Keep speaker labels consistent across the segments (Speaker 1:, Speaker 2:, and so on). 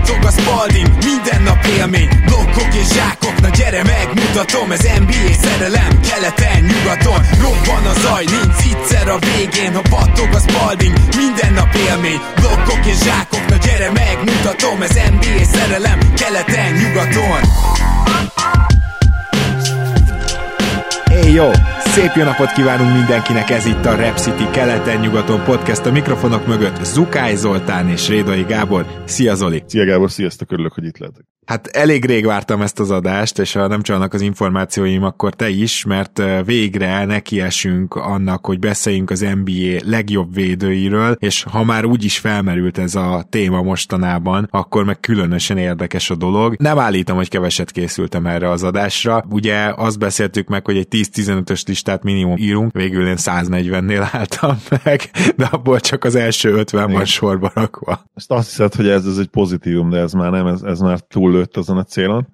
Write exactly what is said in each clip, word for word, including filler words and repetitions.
Speaker 1: battog a Spalding, minden nap élmény, blokkok és zsákok, na gyere megmutatom, ez en bé á szerelem, keleten, nyugaton, robban a zaj, nincs egyszer a végén, ha battog a Spalding, minden nap élmény, blokkok és zsákok, na gyere megmutatom, ez en bé á szerelem, keleten, nyugaton.
Speaker 2: Hey jó! Szép jó napot kívánunk mindenkinek, ez itt a Rap City keleten-nyugaton podcast, a mikrofonok mögött Zukály Zoltán és Rédai Gábor. Szia Zoli!
Speaker 3: Szia Gábor, sziasztok, örülök, hogy itt lehetek.
Speaker 2: Hát elég rég vártam ezt az adást, és ha nem csalnak az információim, akkor te is, mert végre nekiesünk annak, hogy beszéljünk az en bé á legjobb védőiről, és ha már úgy is felmerült ez a téma mostanában, akkor meg különösen érdekes a dolog. Nem állítom, hogy keveset készültem erre az adásra. Ugye azt beszéltük meg, hogy egy tíz-tizenötös listát minimum írunk, végül én száznegyvennél álltam meg, de abból csak az első ötven van sorba rakva.
Speaker 3: Ezt azt hiszed, hogy ez, ez egy pozitívum, de ez már nem, ez, ez már túllőtt azon a célon.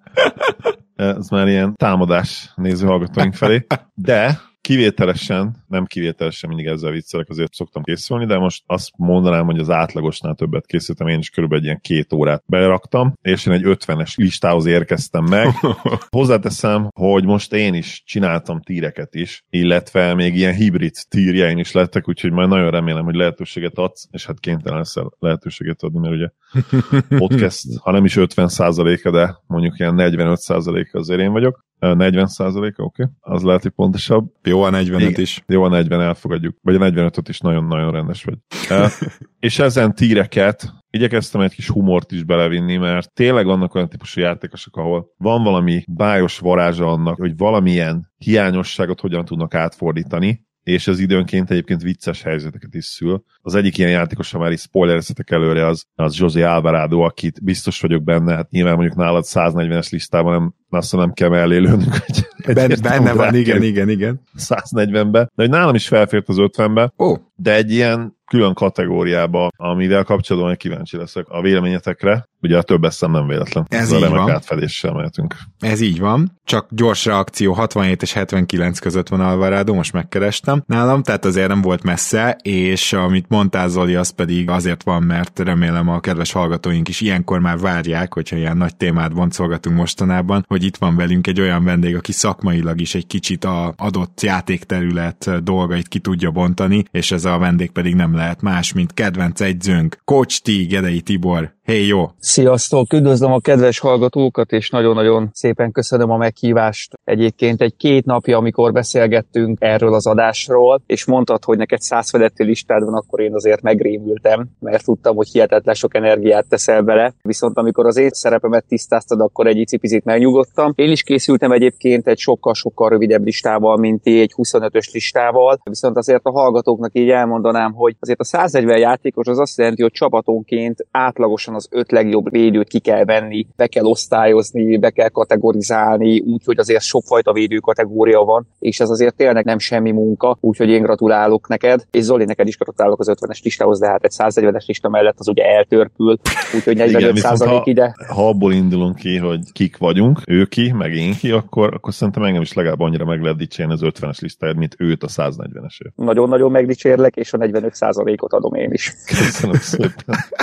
Speaker 3: Ez már ilyen támadás nézőhallgatóink felé. De kivételesen, nem kivételesen mindig ezzel viccelek, azért szoktam készülni, de most azt mondanám, hogy az átlagosnál többet készültem, én is körülbelül egy ilyen két órát beraktam, és én egy ötvenes listához érkeztem meg. Hozzáteszem, hogy most én is csináltam tíreket is, illetve még ilyen hibrid tírjeim is lettek, úgyhogy majd nagyon remélem, hogy lehetőséget adsz, és hát kénytelen leszel lehetőséget adni, mert ugye podcast, ha nem is ötven százaléka, de mondjuk ilyen negyvenöt százaléka azért én vagyok. negyven százaléka, oké. Okay. Az lehet, hogy pontosabb.
Speaker 2: Jó a negyvenöt igen, is.
Speaker 3: Jó a negyven, elfogadjuk. Vagy a negyvenötöt is nagyon-nagyon rendes vagy. uh, és ezen tíreket igyekeztem egy kis humort is belevinni, mert tényleg vannak olyan típusú játékosok, ahol van valami bájos varázsa annak, hogy valamilyen hiányosságot hogyan tudnak átfordítani, és ez időnként egyébként vicces helyzeteket is szül. Az egyik ilyen játékos, ha már is spoilerezhetek előre, az, az José Alvarado, akit biztos vagyok benne, hát nyilván mondjuk nálad száznegyvenes listában nem, azt nem kell mellé lőnünk, hogy
Speaker 2: ben, benne van, igen, igen, igen.
Speaker 3: száznegyvenbe, de hogy nálam is felfért az ötvenbe,
Speaker 2: oh.
Speaker 3: De egy ilyen külön kategóriába, amivel kapcsolatban kíváncsi leszek a véleményetekre. Ugye a több eszem nem véletlen.
Speaker 2: Ez így van.
Speaker 3: Átfedéssel mehetünk.
Speaker 2: Ez így van. Csak gyors reakció, hatvanhét és hetvenkilenc között van Alvarado, most megkerestem nálam, tehát azért nem volt messze, és amit mondtál Zoli, az pedig azért van, mert remélem a kedves hallgatóink is ilyenkor már várják, hogyha ilyen nagy témát boncolgatunk mostanában, hogy itt van velünk egy olyan vendég, aki szakmailag is egy kicsit a adott játékterület dolgait ki tudja bontani, és ez a vendég pedig nem lehet más, mint kedvenc egyzőnk, Coach T, Gedei Tibor. Hey, jó!
Speaker 4: Sziasztok! Üdvözlöm a kedves hallgatókat, és nagyon-nagyon szépen köszönöm a meghívást. Egyébként egy két napja, amikor beszélgettünk erről az adásról, és mondtad, hogy neked száz feletti listád van, akkor én azért megrémültem, mert tudtam, hogy hihetetlen sok energiát teszel bele. Viszont amikor az én szerepemet tisztáztad, akkor egy icipicit megnyugodtam. Én is készültem egyébként egy sokkal-sokkal rövidebb listával, mint ti, egy huszonötös listával. Viszont azért a hallgatóknak így elmondanám, hogy azért a száznegyven játékos az azt jelenti, hogy csapatonként átlagosan az öt legjobb védőt ki kell venni, be kell osztályozni, be kell kategorizálni, úgyhogy azért sokfajta védő kategória van, és ez azért tényleg nem semmi munka, úgyhogy én gratulálok neked, és Zoli, neked is gratulálok az ötvenes listához, de hát egy száznegyvenes lista mellett az ugye eltörpül, úgyhogy negyvenöt százalék ide.
Speaker 3: Ha abból indulunk ki, hogy kik vagyunk, ő ki, meg én ki, akkor, akkor szerintem engem is legalább annyira meg lehet dicsérni az ötvenes listáját, mint őt a száznegyvenesért.
Speaker 4: Nagyon-nagyon megdicsérlek, és a negyvenöt százalékot adom én is.
Speaker 3: Köszönöm szépen.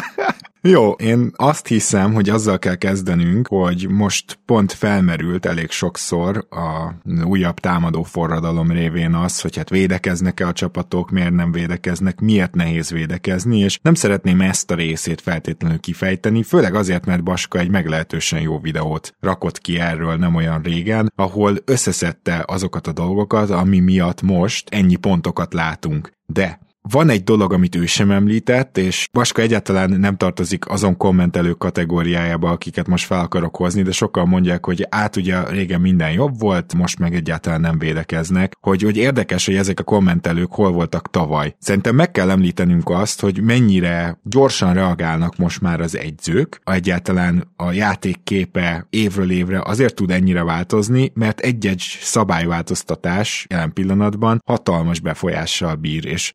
Speaker 2: Jó, én azt hiszem, hogy azzal kell kezdenünk, hogy most pont felmerült elég sokszor a újabb támadó forradalom révén az, hogy hát védekeznek-e a csapatok, miért nem védekeznek, miért nehéz védekezni, és nem szeretném ezt a részét feltétlenül kifejteni, főleg azért, mert Baska egy meglehetősen jó videót rakott ki erről nem olyan régen, ahol összeszedte azokat a dolgokat, ami miatt most ennyi pontokat látunk. De van egy dolog, amit ő sem említett, és Baska egyáltalán nem tartozik azon kommentelők kategóriájába, akiket most fel akarok hozni, de sokan mondják, hogy át ugye régen minden jobb volt, most meg egyáltalán nem védekeznek, hogy, hogy érdekes, hogy ezek a kommentelők hol voltak tavaly. Szerintem meg kell említenünk azt, hogy mennyire gyorsan reagálnak most már az egyzők, egyáltalán a játék képe évről évre azért tud ennyire változni, mert egy-egy szabályváltoztatás jelen pillanatban hatalmas befolyással bír, és tavaly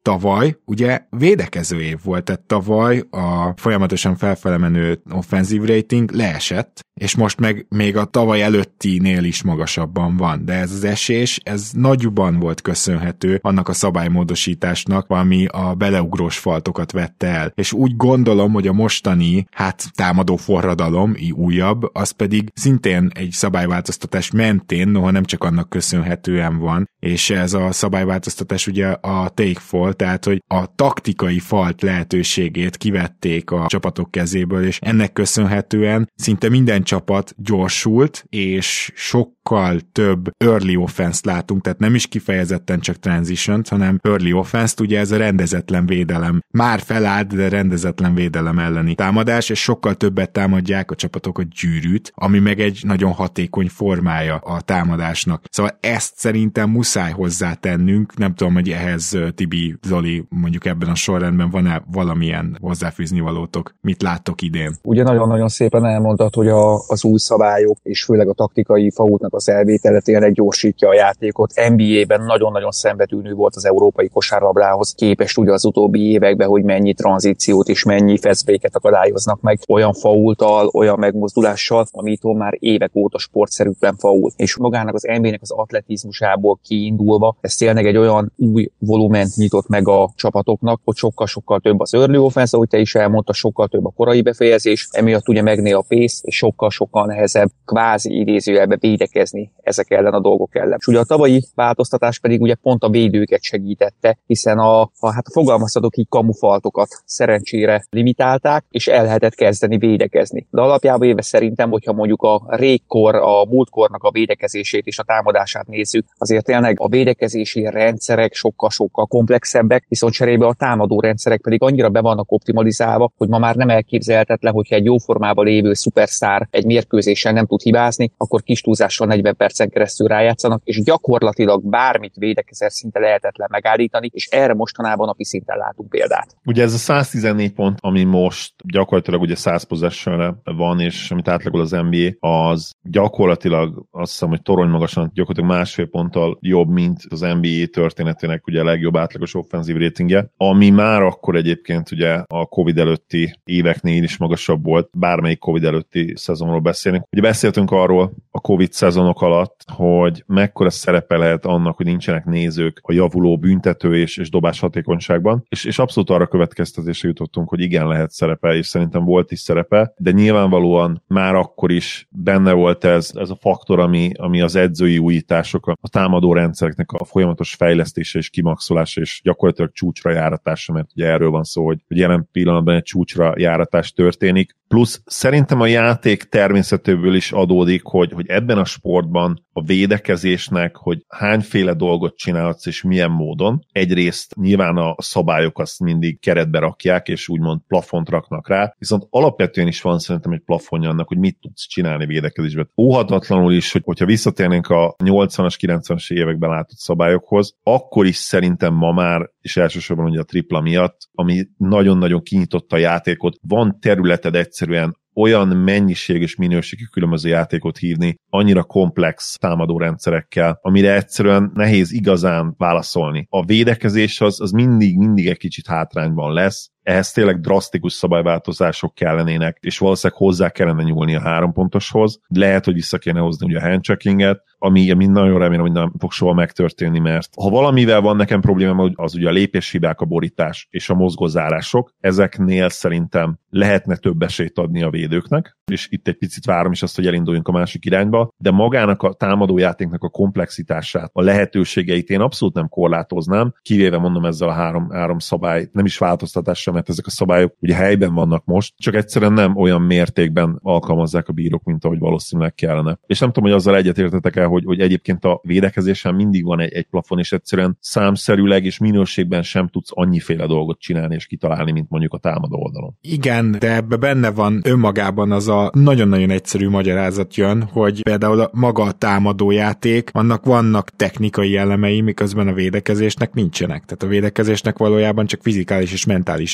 Speaker 2: tavaly ugye védekező év volt, tehát tavaly a folyamatosan felfele menő offensive rating leesett, és most meg még a tavaly előttinél is magasabban van, de ez az esés, ez nagyban volt köszönhető annak a szabálymódosításnak, ami a beleugrós faltokat vette el. És úgy gondolom, hogy a mostani, hát támadó forradalom, újabb, az pedig szintén egy szabályváltoztatás mentén, noha nem csak annak köszönhetően van, és ez a szabályváltoztatás ugye a take fall, tehát hogy a taktikai falt lehetőségét kivették a csapatok kezéből, és ennek köszönhetően szinte minden csapat gyorsult, és sokkal több early offense-t látunk, tehát nem is kifejezetten csak transition-t, hanem early offense-t, ugye ez a rendezetlen védelem. Már felállt, de rendezetlen védelem elleni támadás, és sokkal többet támadják a csapatok a gyűrűt, ami meg egy nagyon hatékony formája a támadásnak. Szóval ezt szerintem muszáj hozzátennünk, nem tudom, hogy ehhez Tibi, Zoli, mondjuk ebben a sorrendben van-e valamilyen hozzáfűzni valótok? Mit láttok idén?
Speaker 4: Ugye nagyon-nagyon szépen elmondtad, hogy a, az új szabályok, és főleg a taktikai faultnak az elvétele tényleg gyorsítja a játékot. en bé á-ben nagyon-nagyon szembetűnő volt az európai kosárlabdához képest ugye az utóbbi években, hogy mennyi tranzíciót és mennyi fastbreaket akadályoznak meg olyan faulttal, olyan megmozdulással, amitől már évek óta sportszerűtlen faul. És magának az en bé á-nek az atletizmusából kiindulva, ez tényleg egy olyan új volument nyitott meg a csapatoknak, hogy sokkal-sokkal több az early offense, ahogy te is elmondta, sokkal több a korai befejezés, emiatt ugye megné a pace, és sokkal-sokkal nehezebb kvázi idézőjelbe védekezni ezek ellen a dolgok ellen. És ugye a tavalyi változtatás pedig ugye pont a védőket segítette, hiszen a, a hát fogalmazhatok így kamufaltokat szerencsére limitálták, és el lehetett kezdeni védekezni. De alapjában éve szerintem, hogyha mondjuk a régkor, a múltkornak a védekezését és a támadását nézzük, azért tényleg a védekezési rendszerek sokkal-sokkal komplexebbek, viszont cserébe a támadó rendszerek pedig annyira be vannak optimalizálva, hogy ma már nem elképzelhetetlen, hogyha egy jó formában lévő szupersztár egy mérkőzésen nem tud hibázni, akkor kis túlzással negyven percen keresztül rájátszanak, és gyakorlatilag bármit védekezer szinte lehetetlen megállítani, és erre mostanában napi szinten látunk példát.
Speaker 3: Ugye ez a száztizennégy pont, ami most gyakorlatilag ugye száz possessionre van, és amit átlagol az en bé á, az gyakorlatilag azt hiszem, hogy torony magasan gyakorlatilag másfél ponttal jobb, mint az en bé á történetének ugye a legjobb átlagos offenzív ratingje, ami már akkor egyébként ugye a Covid előtti éveknél is magasabb volt, bármelyik Covid előtti szezonról beszélünk. Ugye beszéltünk arról a Covid szezonok alatt, hogy mekkora szerepe lehet annak, hogy nincsenek nézők a javuló büntető és, és dobás hatékonyságban, és, és abszolút arra következtetésre jutottunk, hogy igen, lehet szerepe, és szerintem volt is szerepe, de nyilvánvalóan már akkor is benne volt ez, ez a faktor, ami, ami az edzői újítások, a támadó rendszereknek a folyamatos fejlesztése és kimaxolása, és gyakorlatilag csúcsra járatása, mert ugye erről van szó, hogy, hogy jelen pillanatban egy csúcsra járatás történik. Plusz szerintem a játék természetéből is adódik, hogy, hogy ebben a sportban a védekezésnek, hogy hányféle dolgot csinálhatsz és milyen módon. Egyrészt nyilván a szabályok azt mindig keretbe rakják, és úgymond plafont raknak rá, viszont alapvetően is van szerintem egy plafonja annak, hogy mit tudsz csinálni védekezésben. Óhatatlanul is, hogy, hogyha visszatérnénk a nyolcvanas, kilencvenes években látott szabályokhoz, akkor is szerintem ma már, és elsősorban ugye a tripla miatt, ami nagyon-nagyon kinyitotta a játékot, van területed egyszerűen olyan mennyiség és minőségű különböző játékot hívni, annyira komplex támadó rendszerekkel, amire egyszerűen nehéz igazán válaszolni. A védekezés az, az mindig, mindig egy kicsit hátrányban lesz, ehhez tényleg drasztikus szabályváltozások kellenének, és valószínűleg hozzá kellene nyúlni a három pontoshoz. Lehet, hogy vissza kéne hozni ugye a handcheckinget, ami, ami nagyon remélem, hogy nem fog soha megtörténni, mert ha valamivel van nekem problémám, az ugye a lépéshibák, a borítás és a mozgózárások, ezeknél szerintem lehetne több esélyt adni a védőknek, és itt egy picit várom is azt, hogy elinduljunk a másik irányba, de magának a támadójátéknak a komplexitását, a lehetőségeit én abszolút nem korlátoznám, kivéve mondom ezzel a három, három szabály, nem is változtatással, mert ezek a szabályok ugye helyben vannak most, csak egyszerűen nem olyan mértékben alkalmazzák a bírók, mint ahogy valószínűleg kellene. És nem tudom, hogy azzal egyetértetek el, hogy, hogy egyébként a védekezésen mindig van egy, egy plafon, és egyszerűen számszerűleg és minőségben sem tudsz annyiféle dolgot csinálni és kitalálni, mint mondjuk a támadó oldalon.
Speaker 2: Igen, de ebbe benne van önmagában az a nagyon-nagyon egyszerű magyarázat jön, hogy például a maga a támadójáték, annak vannak technikai elemei, miközben a védekezésnek nincsenek. Tehát a védekezésnek valójában csak fizikális és mentális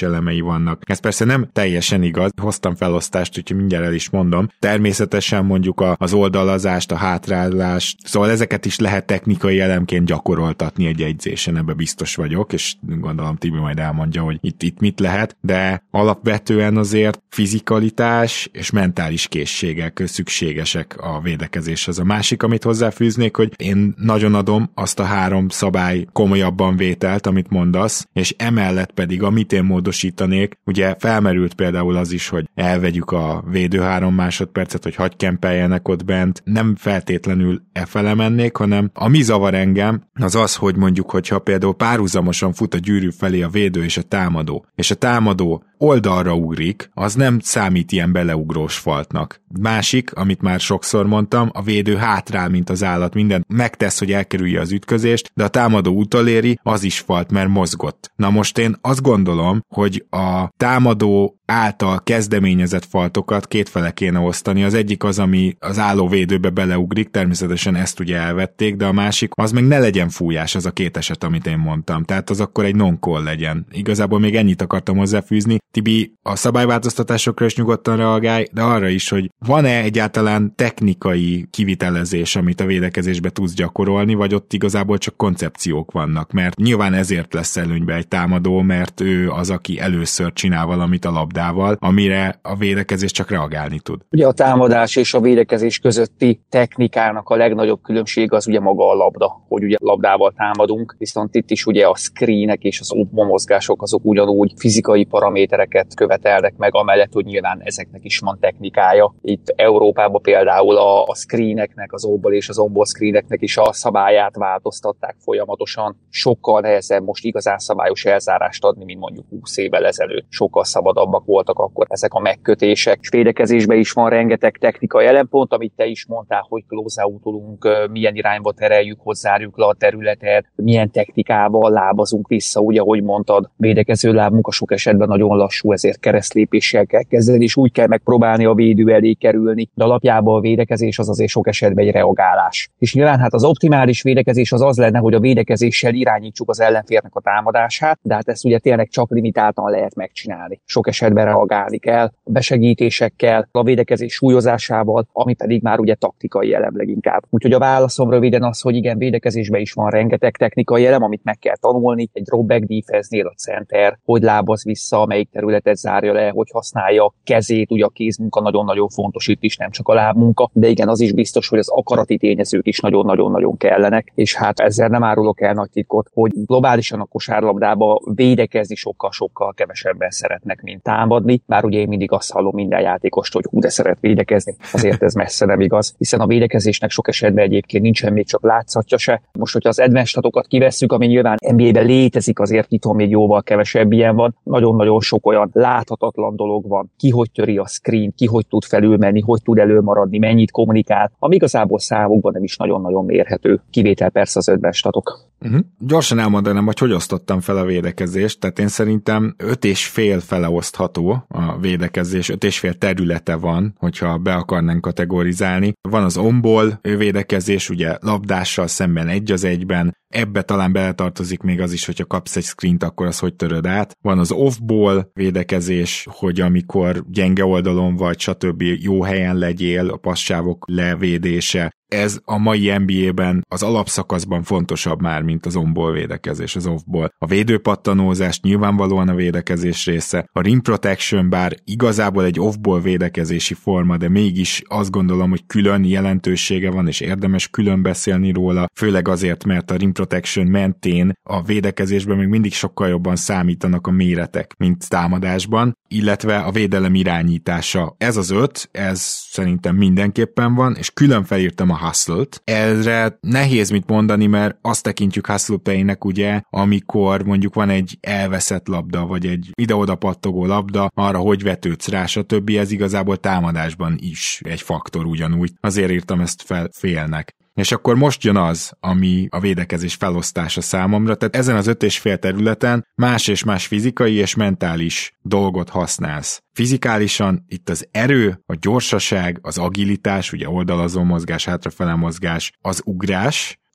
Speaker 2: elemei vannak. Ez persze nem teljesen igaz, hoztam felosztást, úgyhogy mindjárt el is mondom. Természetesen mondjuk az oldalazást, a hátrálást, szóval ezeket is lehet technikai elemként gyakoroltatni egy edzésen, ebbe biztos vagyok, és gondolom Tibi majd elmondja, hogy itt, itt mit lehet, de alapvetően azért fizikalitás és mentális készségek szükségesek a védekezéshez. A másik, amit hozzáfűznék, hogy én nagyon adom azt a három szabály komolyabban vételt, amit mondasz, és emellett pedig, amit én módosítanék, ugye felmerült például az is, hogy elvegyük a védő három másodpercet, hogy hagy kempeljenek ott bent, nem feltétlenül e fele mennék, hanem ami zavar engem, az az, hogy mondjuk, hogyha például párhuzamosan fut a gyűrű felé a védő és a támadó, és a támadó oldalra ugrik, az nem számít ilyen beleugrós faltnak. Másik, amit már sokszor mondtam, a védő hátrál, mint az állat, mindent megtesz, hogy elkerülje az ütközést, de a támadó utoléri, az is falt, mert mozgott. Na most én azt gondolom, hogy a támadó által kezdeményezett faltokat kétfele kéne osztani. Az egyik az, ami az álló védőbe beleugrik, természetesen ezt ugye elvették, de a másik, az meg ne legyen fújás, az a két eset, amit én mondtam. Tehát az akkor egy non-call legyen. Igazából még ennyit akartam hozzáfűzni. Tibi, a szabályváltoztatásokra is nyugodtan reagálj, de arra is, hogy van-e egyáltalán technikai kivitelezés, amit a védekezésbe tudsz gyakorolni, vagy ott igazából csak koncepciók vannak, mert nyilván ezért lesz előnybe egy támadó, mert ő az, aki először csinál valamit a labdával, amire a védekezés csak reagálni tud.
Speaker 4: Ugye a támadás és a védekezés közötti technikának a legnagyobb különbség az ugye maga a labda, hogy ugye labdával támadunk, viszont itt is ugye a screenek és az mozgások azok ugyanúgy fizikai paramétereket követelnek meg, amellett, hogy nyilván ezeknek is van technikája. Itt Európában például a, a screeneknek, az óból és az onból screeneknek is a szabályát változtatták folyamatosan. Sokkal nehezebb most igazán szabályos elzárást adni, mint mondjuk húsz évvel ezelőtt. Sokkal szabadabbak voltak akkor ezek a megkötések. És védekezésben is van rengeteg technikai ellenpont, amit te is mondtál, hogy close-outolunk, milyen irányba tereljük, hogy zárjuk le a területet, milyen technikával lábazunk vissza, ugye, ahogy mondtad, védekező lábmunka sok esetben nagyon lassú, ezért keresztlépéssel kell kezdeni, és úgy kell megpróbálni a védő elé kerülni. De alapjában a védekezés az azért sok esetben egy reagálás. És nyilván hát az optimális védekezés az az lenne, hogy a védekezéssel irányítsuk az ellenfélnek a támadását, de hát ezt ugye tényleg csak limitáltan lehet megcsinálni. Sok esetben reagálni kell, besegítésekkel, a védekezés súlyozásával, ami pedig már ugye taktikai elem leginkább. Úgyhogy a válaszom röviden az, hogy igen, védekezésben is van rengeteg technikai elem, amit meg kell tanulni. Egy dropback defense-nél a center, hogy lábaz vissza, melyik területet zárja le, hogy használja a kezét, ugye a kézmunka nagyon-nagyon fontos itt is, nem csak a lábmunka, de igen, az is biztos, hogy az akarati tényezők is nagyon-nagyon-nagyon kellenek, és hát ezzel nem árulok el nagy titkot, hogy globálisan a kosárlabdába védekezni sokkal-sokkal kevesebben szeretnek, mint támadni, bár ugye én mindig azt hallom minden játékost, hogy hú, de szeret védekezni, azért ez messze nem igaz, hiszen a védekezésnek sok esetben egyébként nincsen még csak látszatja se. Most, hogyha az advanced statokat kivesszük, ami nyilván en bé á-ben létezik, azért itthon még jóval kevesebb ilyen van, nagyon-nagyon sok olyan láthatatlan dolog van, ki hogy töri a screen, ki hogy tud felülmenni, hogy tud előmaradni, mennyit kommunikál, ami igazából számokban nem is nagyon-nagyon mérhető. Kivétel persze az advanced statok.
Speaker 2: Uh-huh. Gyorsan elmondanám, hogy hogy osztottam fel a védekezést, tehát én szerintem öt és fél fele osztható a védekezés, öt és fél területe van, hogyha be akarnánk kategorizálni. Van az on-ball védekezés, ugye labdással szemben egy az egyben, ebbe talán beletartozik még az is, hogyha kapsz egy screent, akkor az hogy töröd át. Van az off-ball védekezés, hogy amikor gyenge oldalon vagy, stb. Jó helyen legyél, a passzsávok levédése. Ez a mai en bé á-ben az alapszakaszban fontosabb már, mint az on-ball védekezés, az off-ball. A védőpattanózás nyilvánvalóan a védekezés része. A rim protection bár igazából egy off-ball védekezési forma, de mégis azt gondolom, hogy külön jelentősége van, és érdemes külön beszélni róla, főleg azért, mert a rim protection mentén a védekezésben még mindig sokkal jobban számítanak a méretek, mint támadásban, illetve a védelem irányítása. Ez az öt, ez szerintem mindenképpen van, és külön felírtam a hustle-t. Erre nehéz mit mondani, mert azt tekintjük hustle play-nek ugye, amikor mondjuk van egy elveszett labda, vagy egy ide-oda pattogó labda, arra hogy vetődsz rá, stb. Ez igazából támadásban is egy faktor ugyanúgy. Azért írtam ezt fel félnek. És akkor most jön az, ami a védekezés felosztása számomra, tehát ezen az öt és fél területen más és más fizikai és mentális dolgot használsz. Fizikálisan itt az erő, a gyorsaság, az agilitás, ugye oldalazó mozgás, hátrafele mozgás, az ugrás,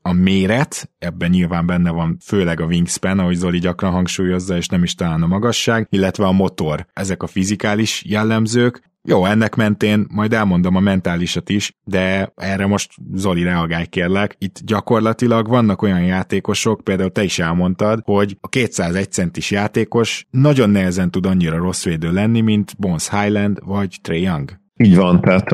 Speaker 2: a méret, ebben nyilván benne van főleg a wingspan, ahogy Zoli gyakran hangsúlyozza, és nem is talán a magasság, illetve a motor. Ezek a fizikális jellemzők. Jó, ennek mentén majd elmondom a mentálisat is, de erre most Zoli reagálj kérlek. Itt gyakorlatilag vannak olyan játékosok, például te is elmondtad, hogy a kétszázegy centis játékos nagyon nehezen tud annyira rossz védő lenni, mint Bones Hyland vagy Trae Young.
Speaker 3: Így van, tehát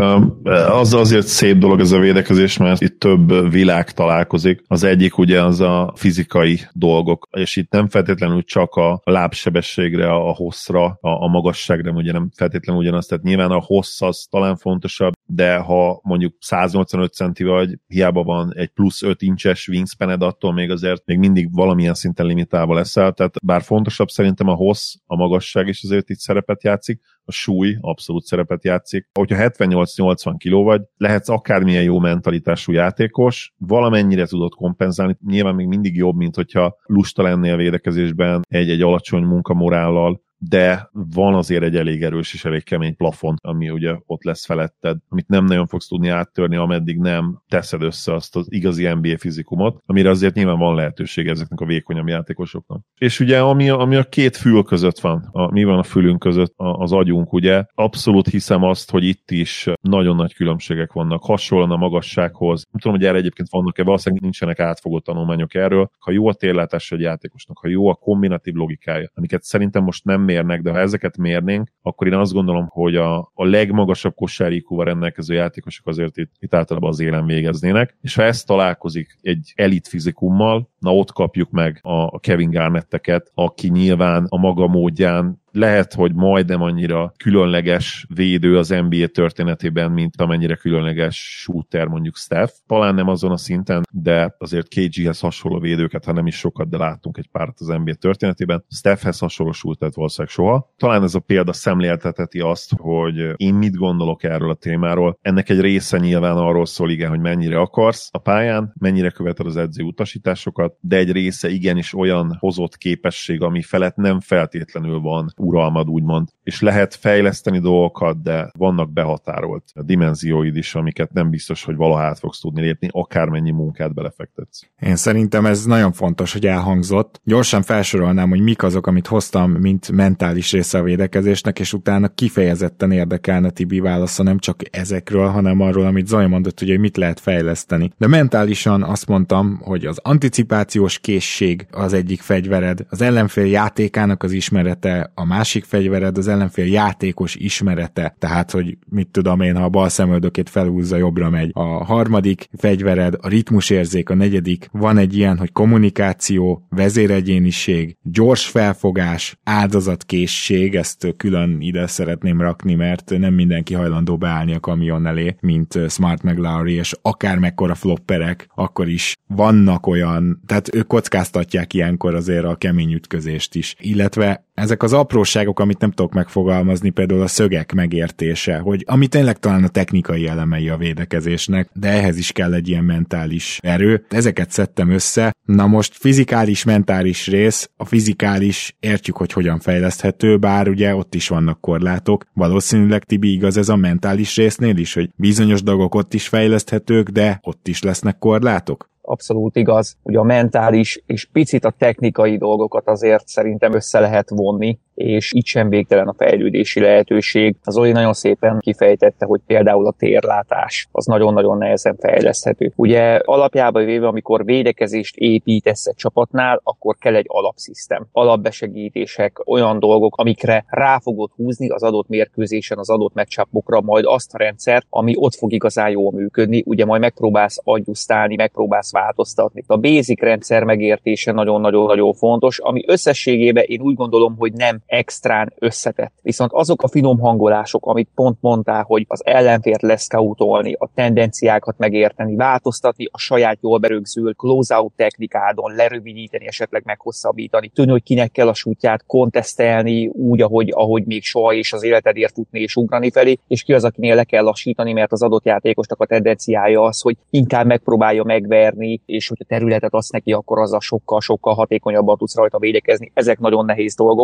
Speaker 3: az azért szép dolog ez a védekezés, mert itt több világ találkozik. Az egyik ugye az a fizikai dolgok, és itt nem feltétlenül csak a lábsebességre, a hosszra, a, a magasságra, ugye nem feltétlenül ugyanaz, tehát nyilván a hossz az talán fontosabb, de ha mondjuk száznyolcvanöt centi vagy, hiába van egy plusz öt incses wingspaned, attól még azért még mindig valamilyen szinten limitálva leszel, tehát bár fontosabb szerintem a hossz, a magasság is azért itt szerepet játszik, a súly abszolút szerepet játszik. Hogyha hetvennyolc-nyolcvan kiló vagy, lehetsz akármilyen jó mentalitású játékos, valamennyire tudod kompenzálni, nyilván még mindig jobb, mint hogyha lusta lennél védekezésben egy-egy alacsony munkamorállal, de van azért egy elég erős és elég kemény plafon, ami ugye ott lesz feletted, amit nem nagyon fogsz tudni áttörni, ameddig nem teszed össze azt az igazi en bé á fizikumot, amire azért nyilván van lehetőség ezeknek a vékonyabb játékosoknak. És ugye ami a, ami a két fül között van, a, mi van a fülünk között, a, az agyunk, ugye, abszolút hiszem azt, hogy itt is nagyon nagy különbségek vannak, hasonlóan a magassághoz. Nem tudom, hogy erre egyébként vannak-e, valószínűleg nincsenek átfogó tanulmányok erről. Ha jó a térlátás egy játékosnak, ha jó a kombinatív logikája, amiket szerintem most nem mérnek, de ha ezeket mérnénk, akkor én azt gondolom, hogy a, a legmagasabb kosárikúval rendelkező játékosok azért itt, itt általában az élen végeznének, és ha ez találkozik egy elit fizikummal, na ott kapjuk meg a Kevin Garnetteket, aki nyilván a maga módján lehet, hogy majdnem annyira különleges védő az en bé á történetében, mint amennyire különleges shooter mondjuk Steph. Talán nem azon a szinten, de azért ká géhez hasonló védőket, ha nem is sokat, de láttunk egy párat az en bé á történetében. Stephhez hasonló shootert valószínűleg soha. Talán ez a példa szemlélteteti azt, hogy én mit gondolok erről a témáról. Ennek egy része nyilván arról szól, igen, hogy mennyire akarsz a pályán, mennyire követed az edző utasításokat, de egy része igenis olyan hozott képesség, ami felett nem feltétlenül van uralmad, úgymond. És lehet fejleszteni dolgokat, de vannak behatárolt dimenzióid is, amiket nem biztos, hogy valaha át fogsz tudni lépni, akármennyi munkát belefektetsz.
Speaker 2: Én szerintem ez nagyon fontos, hogy elhangzott. Gyorsan felsorolnám, hogy mik azok, amit hoztam, mint mentális része a védekezésnek, és utána kifejezetten érdekelne Tibi válasza nem csak ezekről, hanem arról, amit Zoli mondott, hogy mit lehet fejleszteni. De mentálisan azt mondtam, hogy az anticipációs készség az egyik fegyvered, az ellenfél játékának az ismerete, a másik fegyvered, az ellenfél játékos ismerete, tehát, hogy mit tudom én, ha a bal szemöldökét felhúzza, jobbra megy. A harmadik fegyvered, a ritmusérzék, a negyedik, van egy ilyen, hogy kommunikáció, vezéregyéniség, gyors felfogás, áldozatkészség, ezt külön ide szeretném rakni, mert nem mindenki hajlandó beállni a kamion elé, mint Smart meg Lowry, és akár mekkora flopperek, akkor is vannak olyan, tehát ők kockáztatják ilyenkor azért a kemény ütközést is, illetve ezek az apróságok, amit nem tudok megfogalmazni, például a szögek megértése, hogy ami tényleg talán a technikai elemei a védekezésnek, de ehhez is kell egy ilyen mentális erő. Ezeket szedtem össze. Na most fizikális, mentális rész, a fizikális értjük, hogy hogyan fejleszthető, bár ugye ott is vannak korlátok. Valószínűleg, Tibi, igaz ez a mentális résznél is, hogy bizonyos dolgok ott is fejleszthetők, de ott is lesznek korlátok?
Speaker 4: Abszolút igaz, hogy a mentális és picit a technikai dolgokat azért szerintem össze lehet vonni, és így sem végtelen a fejlődési lehetőség. Az Zoli nagyon szépen kifejtette, hogy például a térlátás az nagyon-nagyon nehezen fejleszthető. Ugye alapjában véve, amikor védekezést építesz egy csapatnál, akkor kell egy alapszisztem, alapbesegítések, olyan dolgok, amikre rá fogod húzni az adott mérkőzésen, az adott meccsapokra majd azt a rendszert, ami ott fog igazán jól működni. Ugye majd megpróbálsz adjusztálni, megpróbálsz változtatni. A basic rendszer megértése nagyon-nagyon-nagyon fontos, ami összességében én úgy gondolom, hogy nem extrán összetett. Viszont azok a finom hangolások, amit pont mondtál, hogy az ellenfért leszkautolni, a tendenciákat megérteni, változtatni a saját jól berögzült close-out technikádon, lerövidíteni, esetleg meghosszabbítani, tudni, hogy kinek kell a sútját kontesztelni úgy, ahogy, ahogy még soha és az életedért futni és ugrani felé, és ki az, akinél le kell lassítani, mert az adott játékosnak a tendenciája az, hogy inkább megpróbálja megverni, és hogyha területet adsz neki, akkor azzal sokkal-sokkal hatékonyabban tudsz rajta védekezni. Ezek nagyon nehéz dolgok, hiszen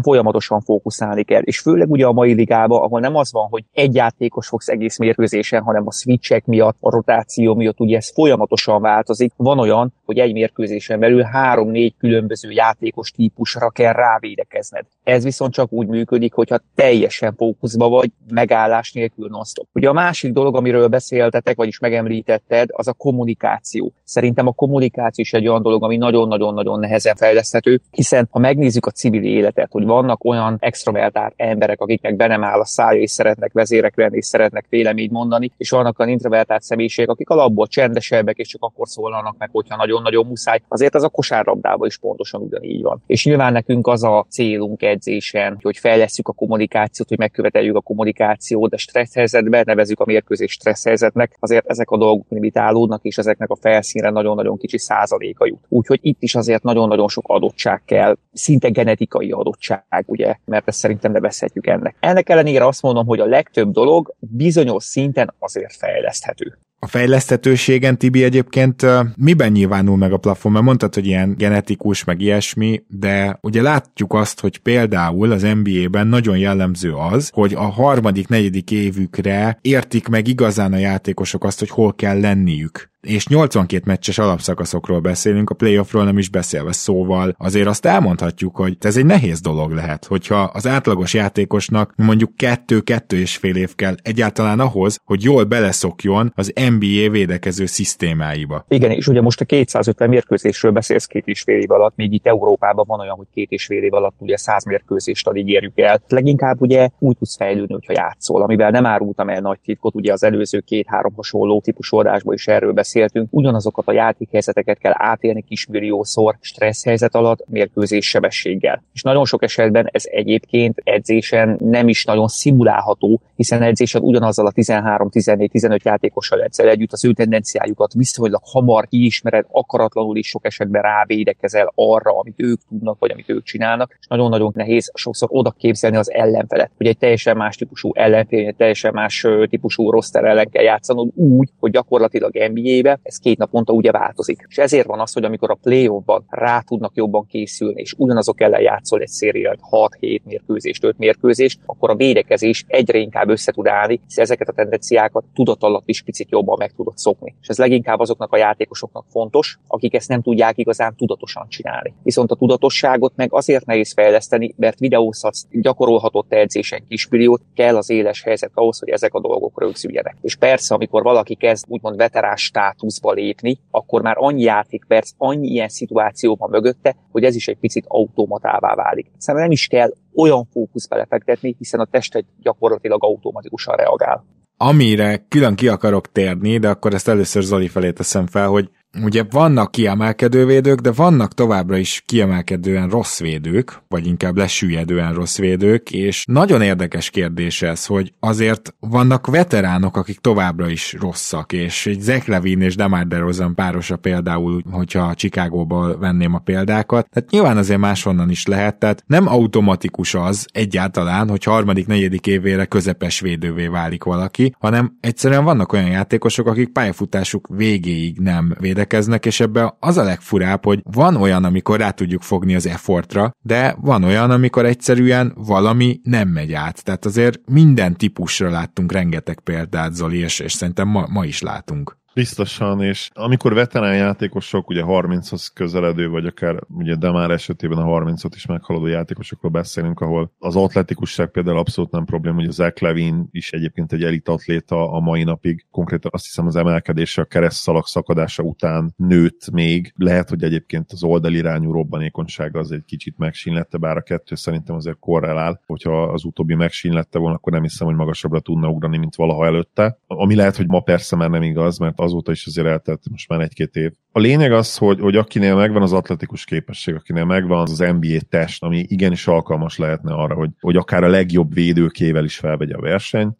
Speaker 4: folyamatosan fókuszálni kell. És főleg ugye a mai ligában, ahol nem az van, hogy egy játékos fogsz egész mérkőzésen, hanem a switchek miatt, a rotáció miatt, ugye ez folyamatosan változik. Van olyan, hogy egy mérkőzésen belül három-négy különböző játékos típusra kell rávédekezned. Ez viszont csak úgy működik, hogyha teljesen fókuszba vagy, megállás nélkül non-stop. Ugye a másik dolog, amiről beszéltetek, vagyis megemlítetted, az a kommunikáció. Szerintem a kommunikáció is egy olyan dolog, ami nagyon-nagyon-nagyon nehezen fejleszthető, hiszen ha megnézzük a civil életet, hogy vannak olyan extrovertált emberek, akiknek be nem áll a szája, és szeretnek vezérek lenni, és szeretnek véleményt mondani, és vannak olyan introvertált személyiségek, akik alapból csendesebbek, és csak akkor szólalnak meg, hogyha nagyon-nagyon muszáj. Azért az a kosárlabdában is pontosan ugyanígy van. És nyilván nekünk az a célunk edzésen, hogy fejlesszük a kommunikációt, hogy megköveteljük a kommunikációt, de stressz helyzetben nevezzük a mérkőzés stressz helyzetnek, azért ezek a dolgok limitálódnak, és ezeknek a felszínre nagyon-nagyon kicsi százaléka jut. Úgyhogy itt is azért nagyon-nagyon sok adottság kell, szinte genetikai adottság, ugye, mert ezt szerintem nevezhetjük ennek. Ennek ellenére azt mondom, hogy a legtöbb dolog bizonyos szinten azért fejleszthető.
Speaker 2: A fejleszthetőségen, Tibi, egyébként miben nyilvánul meg a plafon? Mert mondtad, hogy ilyen genetikus, meg ilyesmi, de ugye látjuk azt, hogy például az en bé á-ben nagyon jellemző az, hogy a harmadik, negyedik évükre értik meg igazán a játékosok azt, hogy hol kell lenniük. És nyolcvankét meccses alapszakaszokról beszélünk, a playoffról nem is beszélve, szóval azért azt elmondhatjuk, hogy ez egy nehéz dolog lehet, hogyha az átlagos játékosnak mondjuk kettő-kettő és fél év kell egyáltalán ahhoz, hogy jól beleszokjon az en bé á védekező szisztémáiba.
Speaker 4: Igen, és ugye most a kétszázötven mérkőzésről beszélsz két és fél év alatt, még itt Európában van olyan, hogy két és fél év alatt ugye száz mérkőzést addig érjük el. Leginkább ugye úgy tudsz fejlődni, hogyha játszol, amivel nem árultam el nagy titkot, ugye az előző két-három hasonló típusú adásban is erről beszéltünk. Ugyanazokat a játékhelyzeteket kell átélni kismilliószor stressz helyzet alatt mérkőzés sebességgel. És nagyon sok esetben ez egyébként edzésen nem is nagyon szimulálható, hiszen edzésen ugyanazzal a tizenhárom, tizennégy, tizenöt játékossal egyszer együtt az ő tendenciájukat viszonylag hamar kiismered, akaratlanul is sok esetben rávédekezel arra, amit ők tudnak, vagy amit ők csinálnak, és nagyon-nagyon nehéz sokszor oda képzelni az ellenfelet, hogy egy teljesen más típusú ellenfél, egy teljesen más típusú roster ellen kell játszanod úgy, hogy gyakorlatilag en bé á-be ez két naponta ugye változik. És ezért van az, hogy amikor a playoffban rá tudnak jobban készülni, és ugyanazok ellen játszol egy szériát hat-hét mérkőzést, öt mérkőzést, akkor a védekezés egyre inkább össze tud állni, hiszen ezeket a tendenciákat tudat alatt is picit jobban meg tudod szokni. És ez leginkább azoknak a játékosoknak fontos, akik ezt nem tudják igazán tudatosan csinálni. Viszont a tudatosságot meg azért nehéz fejleszteni, mert videózhatsz, gyakorolhatott edzésen kismilliót, kell az éles helyzet ahhoz, hogy ezek a dolgok rögzüljenek. És persze, amikor valaki kezd úgymond veterán státuszba lépni, akkor már annyi játékperc, annyi ilyen szituáció van mögötte, hogy ez is egy picit automatává válik. Szerintem nem is kell olyan fókusz belefektetni, hiszen a tested gyakorlatilag automatikusan reagál.
Speaker 2: Amire külön ki akarok térni, de akkor ezt először Zoli felé teszem fel, hogy ugye vannak kiemelkedő védők, de vannak továbbra is kiemelkedően rossz védők, vagy inkább lesüllyedően rossz védők, és nagyon érdekes kérdés ez, hogy azért vannak veteránok, akik továbbra is rosszak, és egy Zach LaVine és DeMar DeRozan párosa például, hogyha Chicagóból venném a példákat, tehát nyilván azért máshonnan is lehet, tehát nem automatikus az egyáltalán, hogy harmadik, negyedik évére közepes védővé válik valaki, hanem egyszerűen vannak olyan játékosok, akik pályafutásuk végéig nem védekeznek, és ebben az a legfurább, hogy van olyan, amikor rá tudjuk fogni az effortra, de van olyan, amikor egyszerűen valami nem megy át. Tehát azért minden típusra láttunk rengeteg példát, Zoli, és, és szerintem ma, ma is látunk.
Speaker 3: Biztosan, és amikor veterán játékosok, ugye harminchoz közeledő, vagy akár ugye de már esetében a harmincot is meghaladó játékosokról beszélünk, ahol az atletikusság például abszolút nem probléma, hogy a Zach LaVine is egyébként egy elit atléta a mai napig, konkrétan azt hiszem az emelkedése a keresztszalag szakadása után nőtt még, lehet, hogy egyébként az oldalirányú robbanékonysága az egy kicsit megsínlette, bár a kettő szerintem azért korrelál, hogyha az utóbbi megsínlette volna, akkor nem hiszem, hogy magasabbra tudna ugrani, mint valaha előtte. Ami lehet, hogy ma persze már nem igaz, mert azóta is azért eltelt most már egy-két év. A lényeg az, hogy, hogy akinél megvan az atletikus képesség, akinél megvan az az en bé á test, ami igenis alkalmas lehetne arra, hogy, hogy akár a legjobb védőkével is felvegye a verseny,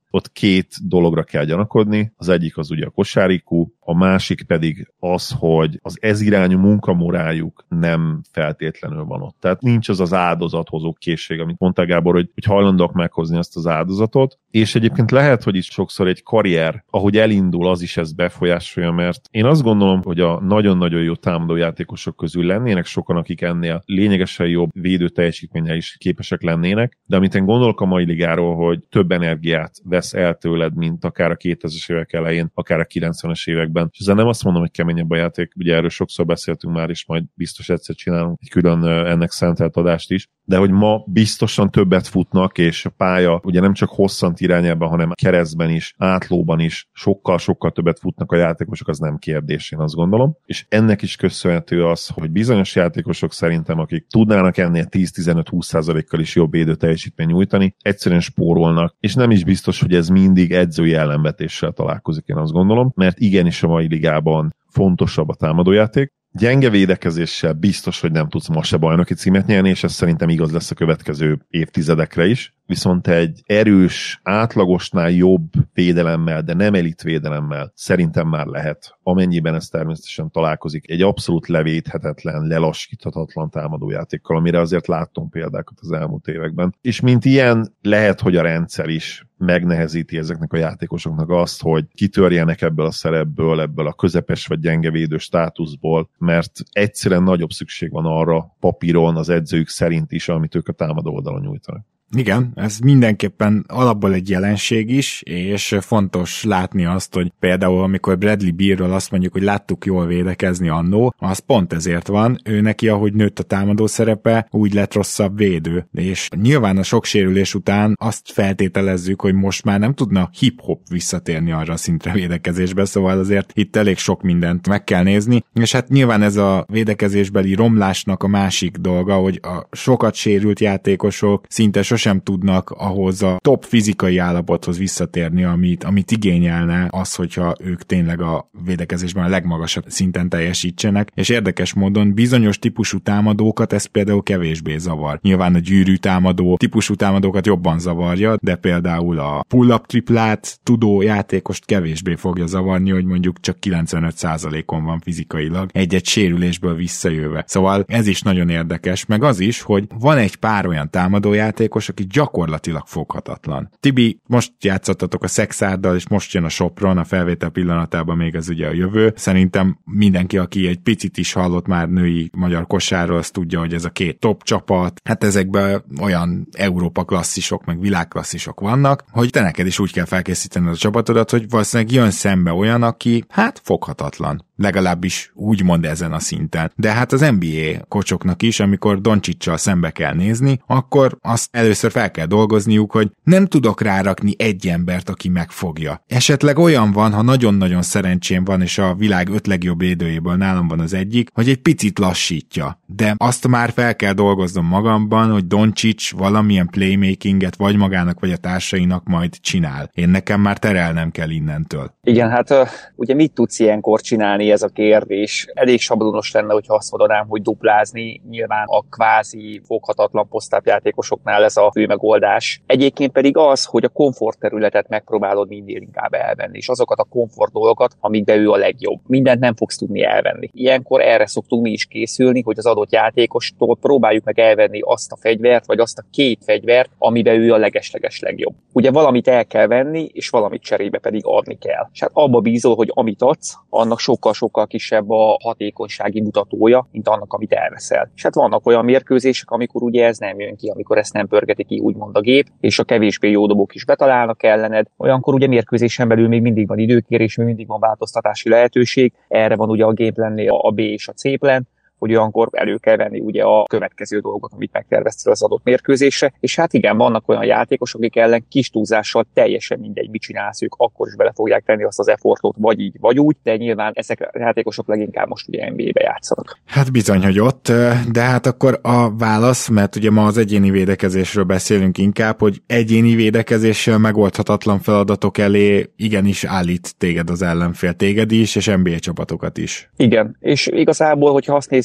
Speaker 3: ott két dologra kell gyanakodni, az egyik az ugye a kosárikú, a másik pedig az, hogy az ezirányú munkamoráljuk nem feltétlenül van ott. Tehát nincs az az áldozathozó készség, amit mondta Gábor, hogy, hogy hajlandóak meghozni azt az áldozatot, és egyébként lehet, hogy is sokszor egy karrier, ahogy elindul, az is ezt befolyásolja, mert én azt gondolom, hogy a nagyon-nagyon jó támadójátékosok közül lennének sokan, akik ennél lényegesen jobb védő teljesítménnyel is képesek lennének, de amit én gondolok a mai ligáról, hogy több energiát vesz el tőled, mint akár a kétezres évek elején, akár a kilencvenes években. És ezzel nem azt mondom, hogy keményebb a játék, ugye erről sokszor beszéltünk már, és majd biztos egyszer csinálunk egy külön ennek szentelt adást is, de hogy ma biztosan többet futnak, és a pálya ugye nem csak hosszant irányában, hanem keresztben is, átlóban is sokkal-sokkal többet futnak a játékosok, az nem kérdés, én azt gondolom. És ennek is köszönhető az, hogy bizonyos játékosok szerintem, akik tudnának ennél tíz-tizenöt-húsz százalékkal is jobb védő teljesítmény nyújtani, egyszerűen spórolnak, és nem is biztos, hogy ez mindig edzői ellenvetéssel találkozik, én azt gondolom, mert igenis a mai ligában fontosabb a támadójáték. Gyenge védekezéssel biztos, hogy nem tudsz ma se bajnoki címet nyerni, és ez szerintem igaz lesz a következő évtizedekre is. Viszont egy erős, átlagosnál jobb védelemmel, de nem elit védelemmel szerintem már lehet, amennyiben ez természetesen találkozik egy abszolút levédhetetlen, lelassíthatatlan támadójátékkal, amire azért láttunk példákat az elmúlt években. És mint ilyen, lehet, hogy a rendszer is megnehezíti ezeknek a játékosoknak azt, hogy kitörjenek ebből a szerepből, ebből a közepes vagy gyenge védő státuszból, mert egyszerűen nagyobb szükség van arra papíron, az edzők szerint is, amit ők a támadó oldalon nyújtanak.
Speaker 2: Igen, ez mindenképpen alapból egy jelenség is, és fontos látni azt, hogy például amikor Bradley Bealről azt mondjuk, hogy láttuk jól védekezni annó, az pont ezért van, ő neki, ahogy nőtt a támadó szerepe, úgy lett rosszabb védő, és nyilván a sok sérülés után azt feltételezzük, hogy most már nem tudna hip-hop visszatérni arra a szintre védekezésbe, szóval azért itt elég sok mindent meg kell nézni, és hát nyilván ez a védekezésbeli romlásnak a másik dolga, hogy a sokat sérült játékosok szinte sem tudnak ahhoz a top fizikai állapothoz visszatérni, amit, amit igényelne az, hogyha ők tényleg a védekezésben a legmagasabb szinten teljesítsenek, és érdekes módon bizonyos típusú támadókat ez például kevésbé zavar. Nyilván a gyűrű támadó típusú támadókat jobban zavarja, de például a pull-up triplát tudó játékost kevésbé fogja zavarni, hogy mondjuk csak kilencvenöt százalékon van fizikailag egy-egy sérülésből visszajöve. Szóval ez is nagyon érdekes, meg az is, hogy van egy pár olyan támadójátékos, aki gyakorlatilag foghatatlan. Tibi, most játszottatok a Szexárddal, és most jön a Sopron, a felvétel pillanatában még ez ugye a jövő. Szerintem mindenki, aki egy picit is hallott már női magyar kosárról, azt tudja, hogy ez a két top csapat, hát ezekben olyan Európa klasszisok, meg világklasszisok vannak, hogy te neked is úgy kell felkészíteni a csapatodat, hogy valószínűleg jön szembe olyan, aki hát foghatatlan. Legalábbis úgy mond ezen a szinten. De hát az en bé á kocsoknak is, amikor Doncsicsal szembe kell nézni, akkor azt először fel kell dolgozniuk, hogy nem tudok rárakni egy embert, aki megfogja. Esetleg olyan van, ha nagyon-nagyon szerencsém van, és a világ öt legjobb védőjéből nálam van az egyik, hogy egy picit lassítja. De azt már fel kell dolgoznom magamban, hogy Doncsics valamilyen playmakinget vagy magának, vagy a társainak majd csinál. Én nekem már terelnem kell innentől.
Speaker 4: Igen, hát ugye mit tudsz ilyenkor csinálni, ez a kérdés. Elég sablonos lenne, hogyha azt mondanám, hogy duplázni. Nyilván a kvázi foghatatlan posztápjátékosoknál ez a fő megoldás. Egyébként pedig az, hogy a komfort területet megpróbálod minél inkább elvenni, és azokat a komfort dolgokat, amikben ő a legjobb. Mindent nem fogsz tudni elvenni. Ilyenkor erre szoktunk mi is készülni, hogy az adott játékostól próbáljuk meg elvenni azt a fegyvert, vagy azt a két fegyvert, amiben ő a legesleges legjobb. Ugye valamit el kell venni, és valamit cserébe pedig adni kell. És hát abba bízol, hogy amit adsz, annak sokkal sokkal kisebb a hatékonysági mutatója, mint annak, amit elveszel. És hát vannak olyan mérkőzések, amikor ugye ez nem jön ki, amikor ezt nem pörgeti ki úgymond a gép, és a kevésbé jó dobok is betalálnak ellened. Olyankor ugye mérkőzésen belül még mindig van időkérés, még mindig van változtatási lehetőség. Erre van ugye a géplennél a B és a C plan, hogy olyankor elő kell venni ugye a következő dolgot, amit megterveztél az adott mérkőzésre, és hát igen, vannak olyan játékosok, akik ellen kis túlzással teljesen mindegy, mit csinálsz, ők akkor is bele fogják tenni azt az effortot, vagy így, vagy úgy, de nyilván ezek a játékosok leginkább most ugye en bé á-be játszanak.
Speaker 2: Hát bizony, hogy ott, de hát akkor a válasz, mert ugye ma az egyéni védekezésről beszélünk inkább, hogy egyéni védekezéssel megoldhatatlan feladatok elé igenis állít téged az ellenfél, téged is, és en bé á csapatokat is.
Speaker 4: Igen, és igazából, hogyha azt nézzük,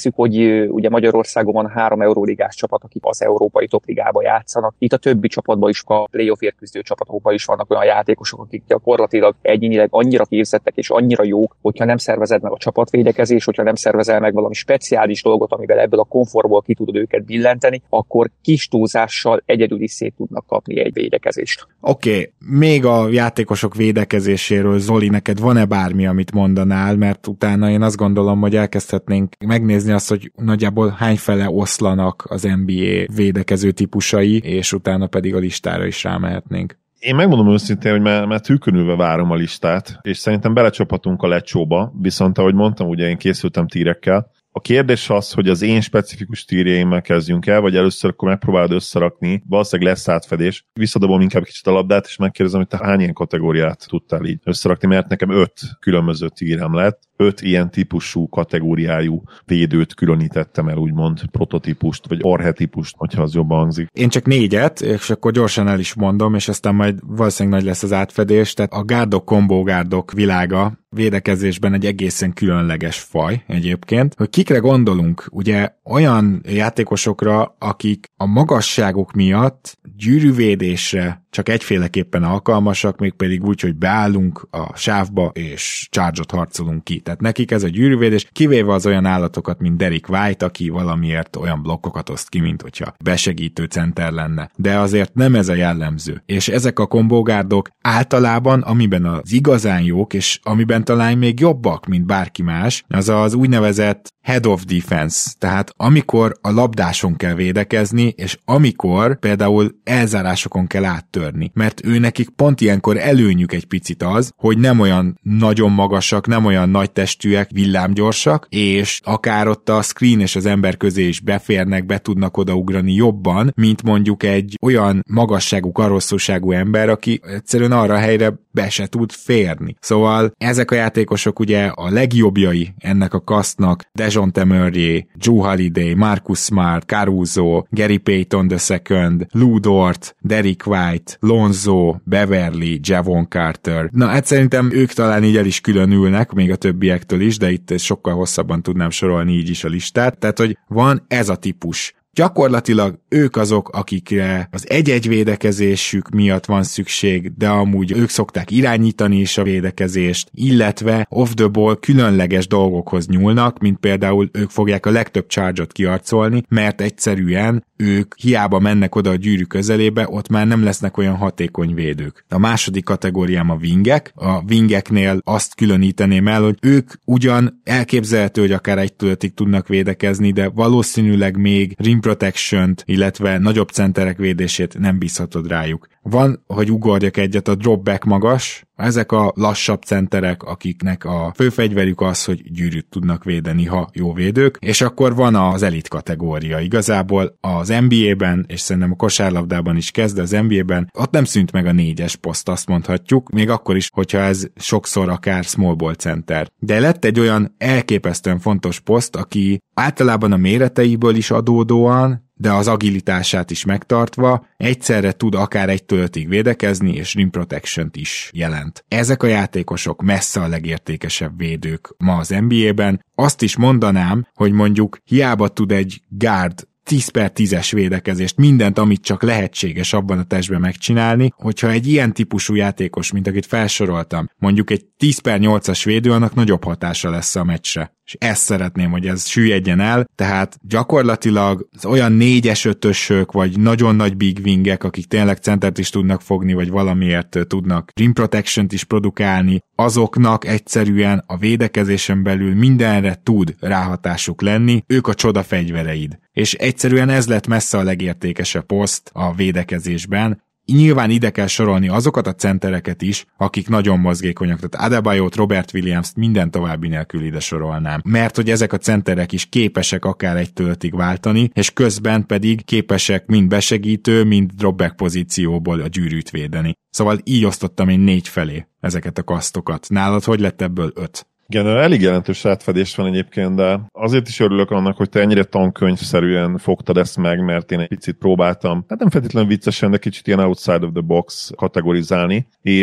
Speaker 4: megnézzük, hogy ugye Magyarországon van három euróligás csapat, akik az európai topligába játszanak. Itt a többi csapatban is, a playoff érküzdő csapatokban is vannak olyan játékosok, akik gyakorlatilag egyénileg annyira képzettek és annyira jók, hogyha nem szervezed meg a csapatvédekezés, hogyha nem szervezel meg valami speciális dolgot, amivel ebből a komfortból ki tudod őket billenteni, akkor kis túlzással egyedül is szét tudnak kapni egy védekezést.
Speaker 2: Oké, okay. Még a játékosok védekezéséről, Zoli, neked van-e bármi, amit mondanál, mert utána én azt gondolom, hogy elkezdhetnénk megnézni azt, hogy nagyjából hányfele oszlanak az en bé á védekező típusai, és utána pedig a listára is rámehetnénk.
Speaker 3: Én megmondom őszintén, hogy már, már tűkönülve várom a listát, és szerintem belecsaphatunk a lecsóba, viszont ahogy mondtam, ugye én készültem tírekkel. A kérdés az, hogy az én specifikus tírjeimmel kezdjünk el, vagy először akkor megpróbálod összerakni, valószínűleg lesz átfedés. Visszadobom inkább kicsit a labdát, és megkérdezem, hogy te hány ilyen kategóriát tudtál így összerakni, mert nekem öt különböző tírem lett, öt ilyen típusú, kategóriájú védőt különítettem el, úgymond prototípust, vagy arhetipust, hogyha az jobban hangzik.
Speaker 2: Én csak négyet, és akkor gyorsan el is mondom, és aztán majd valószínűleg nagy lesz az átfedés, tehát a gárdok, kombógárdok világa védekezésben egy egészen különleges faj egyébként. Hogy kikre gondolunk? Ugye olyan játékosokra, akik a magasságuk miatt gyűrűvédésre csak egyféleképpen alkalmasak, mégpedig úgy, hogy beállunk a sávba, és charge-ot harcolunk ki. Tehát nekik ez a gyűrűvédés, kivéve az olyan állatokat, mint Derek White, aki valamiért olyan blokkokat oszt ki, mint hogyha besegítő center lenne. De azért nem ez a jellemző. És ezek a kombógárdok általában, amiben az igazán jók, és amiben talán még jobbak, mint bárki más, az az úgynevezett head of defense, tehát amikor a labdáson kell védekezni, és amikor például elzárásokon kell áttörni, mert ő nekik pont ilyenkor előnyük egy picit az, hogy nem olyan nagyon magasak, nem olyan nagy testűek, villámgyorsak, és akár ott a screen és az ember közé is beférnek, be tudnak odaugrani jobban, mint mondjuk egy olyan magasságú, karosszúságú ember, aki egyszerűen arra a helyre be se tud férni. Szóval ezek a játékosok ugye a legjobbjai ennek a kasztnak, Dejounte Murray, Drew Holiday, Marcus Smart, Caruso, Gary Payton the second, Lou Dort, Derek White, Lonzo, Beverly, Javon Carter. Na, hát szerintem ők talán így el is különülnek, még a többiektől is, de itt sokkal hosszabban tudnám sorolni így is a listát. Tehát, hogy van ez a típus. Gyakorlatilag ők azok, akikre az egy-egy védekezésük miatt van szükség, de amúgy ők szokták irányítani is a védekezést, illetve off the ball különleges dolgokhoz nyúlnak, mint például ők fogják a legtöbb charge-ot kiarcolni, mert egyszerűen ők hiába mennek oda a gyűrű közelébe, ott már nem lesznek olyan hatékony védők. A második kategóriám a wingek. A wingeknél azt különíteném el, hogy ők ugyan elképzelhető, hogy akár egytől ötig tudnak védekezni, de valószínűleg még rim protection-t, illetve nagyobb centerek védését nem bízhatod rájuk. Van, hogy ugorjak egyet, a dropback magas, ezek a lassabb centerek, akiknek a főfegyverük az, hogy gyűrűt tudnak védeni, ha jó védők, és akkor van az elit kategória. Igazából az en bé á-ben, és szerintem a kosárlabdában is kezd, az en bé á-ben ott nem szűnt meg a négyes poszt, azt mondhatjuk, még akkor is, hogyha ez sokszor akár small ball center. De lett egy olyan elképesztően fontos poszt, aki általában a méreteiből is adódóan, de az agilitását is megtartva egyszerre tud akár egytől ötig védekezni, és rim protection-t is jelent. Ezek a játékosok messze a legértékesebb védők ma az en bé á-ben. Azt is mondanám, hogy mondjuk hiába tud egy guard tíz per tízes védekezést, mindent, amit csak lehetséges abban a testben megcsinálni, hogyha egy ilyen típusú játékos, mint akit felsoroltam, mondjuk egy tíz per nyolcas védő, annak nagyobb hatása lesz a meccsre. És ezt szeretném, hogy ez süllyedjen el, tehát gyakorlatilag az olyan négyes ötösök, vagy nagyon nagy big wingek, akik tényleg centert is tudnak fogni, vagy valamiért tudnak rim protection-t is produkálni, azoknak egyszerűen a védekezésen belül mindenre tud ráhatásuk lenni, ők a csoda fegyvereid. És egyszerűen ez lett messze a legértékesebb poszt a védekezésben. Nyilván ide kell sorolni azokat a centereket is, akik nagyon mozgékonyak, tehát Adebayot, Robert Williams-t minden további nélkül ide sorolnám. Mert hogy ezek a centerek is képesek akár egytől ötig váltani, és közben pedig képesek mind besegítő, mind dropback pozícióból a gyűrűt védeni. Szóval így osztottam én négy felé ezeket a kasztokat. Nálad hogy lett ebből öt?
Speaker 3: Igen, elég jelentős átfedés van egyébként, de azért is örülök annak, hogy te ennyire tankönyvszerűen fogtad ezt meg, mert én egy picit próbáltam, hát nem feltétlenül viccesen, de kicsit ilyen outside of the box kategorizálni, és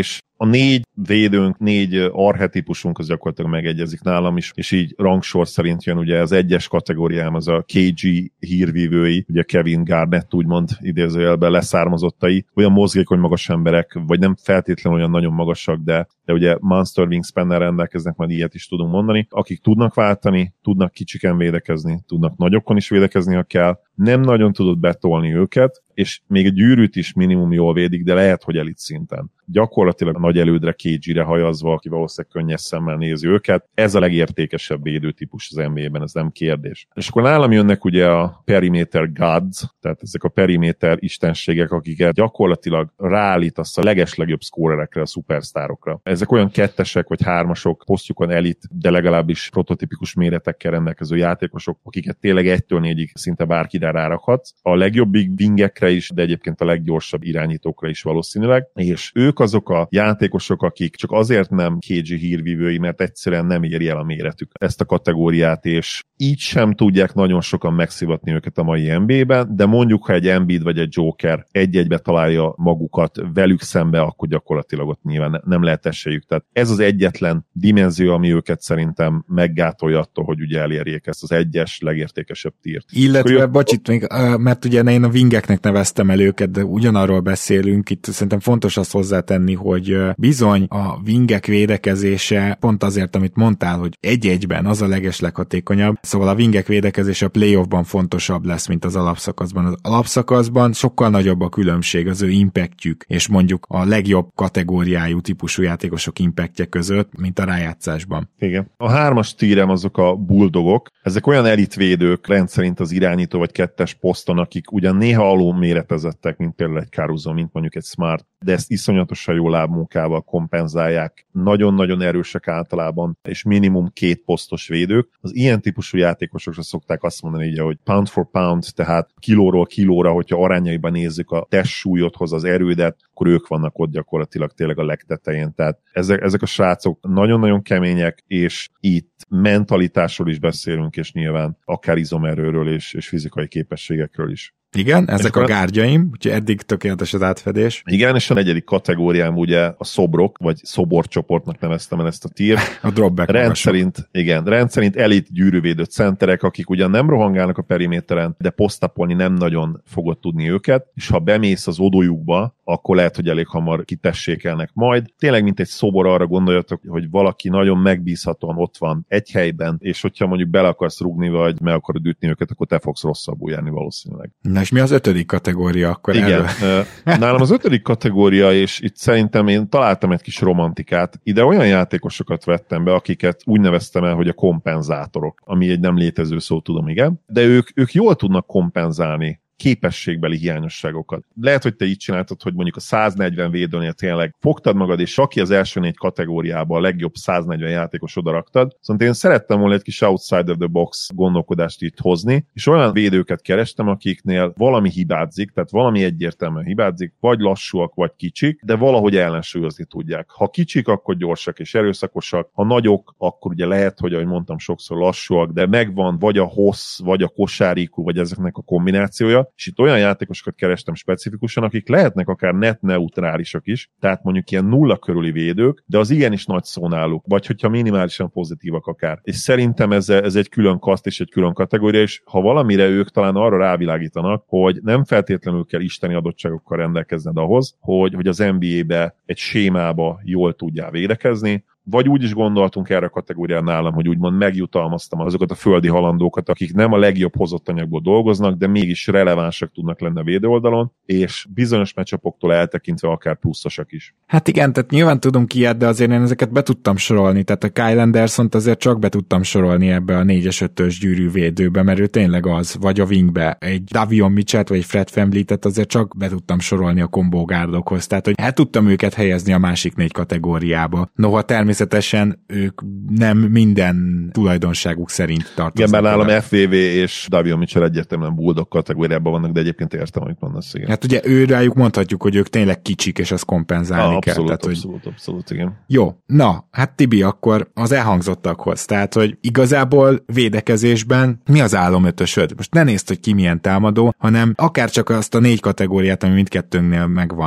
Speaker 3: a négy védőnk, négy archetípusunk az gyakorlatilag megegyezik nálam is, és így rangsor szerint jön ugye az egyes kategóriám, az a ká gé hírvívői, ugye Kevin Garnett úgymond idézőjelben leszármazottai, olyan mozgékony magas emberek, vagy nem feltétlenül olyan nagyon magasak, de, de ugye Monster Wingspannel rendelkeznek, majd ilyet is tudunk mondani, akik tudnak váltani, tudnak kicsiken védekezni, tudnak nagyokon is védekezni, ha kell, nem nagyon tudod betolni őket, és még a gyűrűt is minimum jól védik, de lehet, hogy elit szinten. Gyakorlatilag nagy elődre ká gére hajazva, aki valószínűleg könnyes szemmel nézi őket. Ez a legértékesebb védőtípus az en bé á-ben, ez nem kérdés. És akkor nálam jönnek ugye a perimeter gods, tehát ezek a perimeter istenségek, akiket gyakorlatilag ráállítasz a legeslegjobb szkórerekre, a szupersztárokra. Ezek olyan kettesek vagy hármasok, posztjukon elit, de legalábbis prototipikus méretekkel rendelkező játékosok, akiket tényleg egytől négyig szinte bárkire rárakhatsz. A legjobbik wingekre is, de egyébként a leggyorsabb irányítókra is valószínűleg, és ők azok a játékosok, akik csak azért nem ká gé hírvívői, mert egyszerűen nem éri el a méretük ezt a kategóriát, és így sem tudják nagyon sokan megszivatni őket a mai en bé á-ben, de mondjuk, ha egy Embiid vagy egy Joker egy-egybe találja magukat velük szembe, akkor gyakorlatilag ott nyilván nem lehet esélyük. Tehát ez az egyetlen dimenzió, ami őket szerintem meggátolja attól, hogy ugye elérjék ezt az egyes legértékesebb tírt.
Speaker 2: Illetve, jö... bocsít még, mert ugye én a wingeknek neveztem el őket, de ugyanarról beszélünk, itt szerintem fontos azt hozzátenni, hogy bizony a wingek védekezése pont azért, amit mondtál, hogy egy-egyben az a legesleghatékonyabb, szóval a wingek védekezése a playoffban fontosabb lesz, mint az alapszakaszban. Az alapszakaszban sokkal nagyobb a különbség az ő impactjük, és mondjuk a legjobb kategóriájú típusú játékosok impactje között, mint a rájátszásban.
Speaker 3: Igen. A hármas tírem azok a bulldogok. Ezek olyan elitvédők rendszerint az irányító vagy kettes poszton, akik ugyan néha alul méretezettek, mint például egy Caruso, mint mondjuk egy Smart, de ezt iszonyatosan jó lábmunkával kompenzálják. Nagyon-nagyon erősek általában, és minimum két posztos védők. Az ilyen típusú játékosokra szokták azt mondani, így, hogy pound for pound, tehát kilóról kilóra, hogyha arányaiban nézzük a testsúlyodhoz az erődet, akkor ők vannak ott gyakorlatilag tényleg a legtetején. Tehát ezek, ezek a srácok nagyon-nagyon kemények, és itt mentalitásról is beszélünk, és nyilván akár izomerőről és, és fizikai képességekről is.
Speaker 2: Igen, ezek a gárgyaim, úgyhogy eddig tökéletes az átfedés.
Speaker 3: Igen, és a negyedik kategóriám ugye a szobrok, vagy szoborcsoportnak neveztem el ezt a tírt.
Speaker 2: A dropback
Speaker 3: rendszerint, igen, rendszerint elit gyűrűvédő centerek, akik ugyan nem rohangálnak a periméteren, de posztapolni nem nagyon fogod tudni őket, és ha bemész az odójukba, akkor lehet, hogy elég hamar kitessékelnek majd. Tényleg, mint egy szobor, arra gondoljatok, hogy valaki nagyon megbízhatóan ott van egy helyben, és hogyha mondjuk bele akarsz rúgni, vagy meg akarod ütni őket, akkor te fogsz rosszabbul járni valószínűleg.
Speaker 2: Na és mi az ötödik kategória akkor?
Speaker 3: Igen, erről? Nálam az ötödik kategória, és itt szerintem én találtam egy kis romantikát. Ide olyan játékosokat vettem be, akiket úgy neveztem el, hogy a kompenzátorok, ami egy nem létező szó, tudom, igen, de ők, ők jól tudnak kompenzálni képességbeli hiányosságokat. Lehet, hogy te így csináltad, hogy mondjuk a száznegyven védőnél tényleg fogtad magad, és aki az első négy kategóriában a legjobb száznegyven játékos odaraktad. Szóval én szerettem volna egy kis outside of the box gondolkodást itt hozni, és olyan védőket kerestem, akiknél valami hibázik, tehát valami egyértelműen hibázik, vagy lassúak, vagy kicsik, de valahogy ellensúlyozni tudják. Ha kicsik, akkor gyorsak és erőszakosak, ha nagyok, akkor ugye lehet, hogy ahogy mondtam, sokszor lassúak, de megvan vagy a hossz, vagy a kosárikú, vagy ezeknek a kombinációja, és itt olyan játékosokat kerestem specifikusan, akik lehetnek akár net neutrálisak is, tehát mondjuk ilyen nulla körüli védők, de az igenis nagy szó náluk, vagy hogyha minimálisan pozitívak akár. És szerintem ez, ez egy külön kaszt és egy külön kategória, és ha valamire ők talán arra rávilágítanak, hogy nem feltétlenül kell isteni adottságokkal rendelkezned ahhoz, hogy, hogy az en bé á-be egy sémába jól tudjál védekezni, vagy úgy is gondoltunk erre a kategórián nálam, hogy úgymond megjutalmaztam azokat a földi halandókat, akik nem a legjobb hozott anyagból dolgoznak, de mégis relevánsak tudnak lenni a védőoldalon, és bizonyos meccsapoktól eltekintve akár pluszosak is.
Speaker 2: Hát igen, tehát nyilván tudunk ilyet, de azért én ezeket be tudtam sorolni, tehát a Kyle Andersont azért csak be tudtam sorolni ebbe a négyes ötös gyűrűvédőbe, mert ő tényleg az, vagy a wingbe. Egy Davion Mitchell vagy egy Fred VanVleetet azért csak be tudtam sorolni a kombógárdokhoz, tehát hogy el tudtam őket helyezni a másik négy kategóriába. Noha természetesen ők nem minden tulajdonságuk szerint tartoznak.
Speaker 3: Igen, mert nálam ef vé vé és Davion Mitchell egyértelműen bulldog kategóriában vannak, de egyébként értem, amit mondasz, igen.
Speaker 2: Hát ugye ő rájuk mondhatjuk, hogy ők tényleg kicsik, és azt kompenzálni
Speaker 3: ah,
Speaker 2: kell.
Speaker 3: Abszolút,
Speaker 2: tehát,
Speaker 3: abszolút, hogy... abszolút, igen.
Speaker 2: Jó, na, hát Tibi, akkor az elhangzottakhoz, tehát, hogy igazából védekezésben mi az álomötösöd? Most ne nézd, hogy ki milyen támadó, hanem akár csak azt a négy kategóriát, ami mindkettőnknél megvan.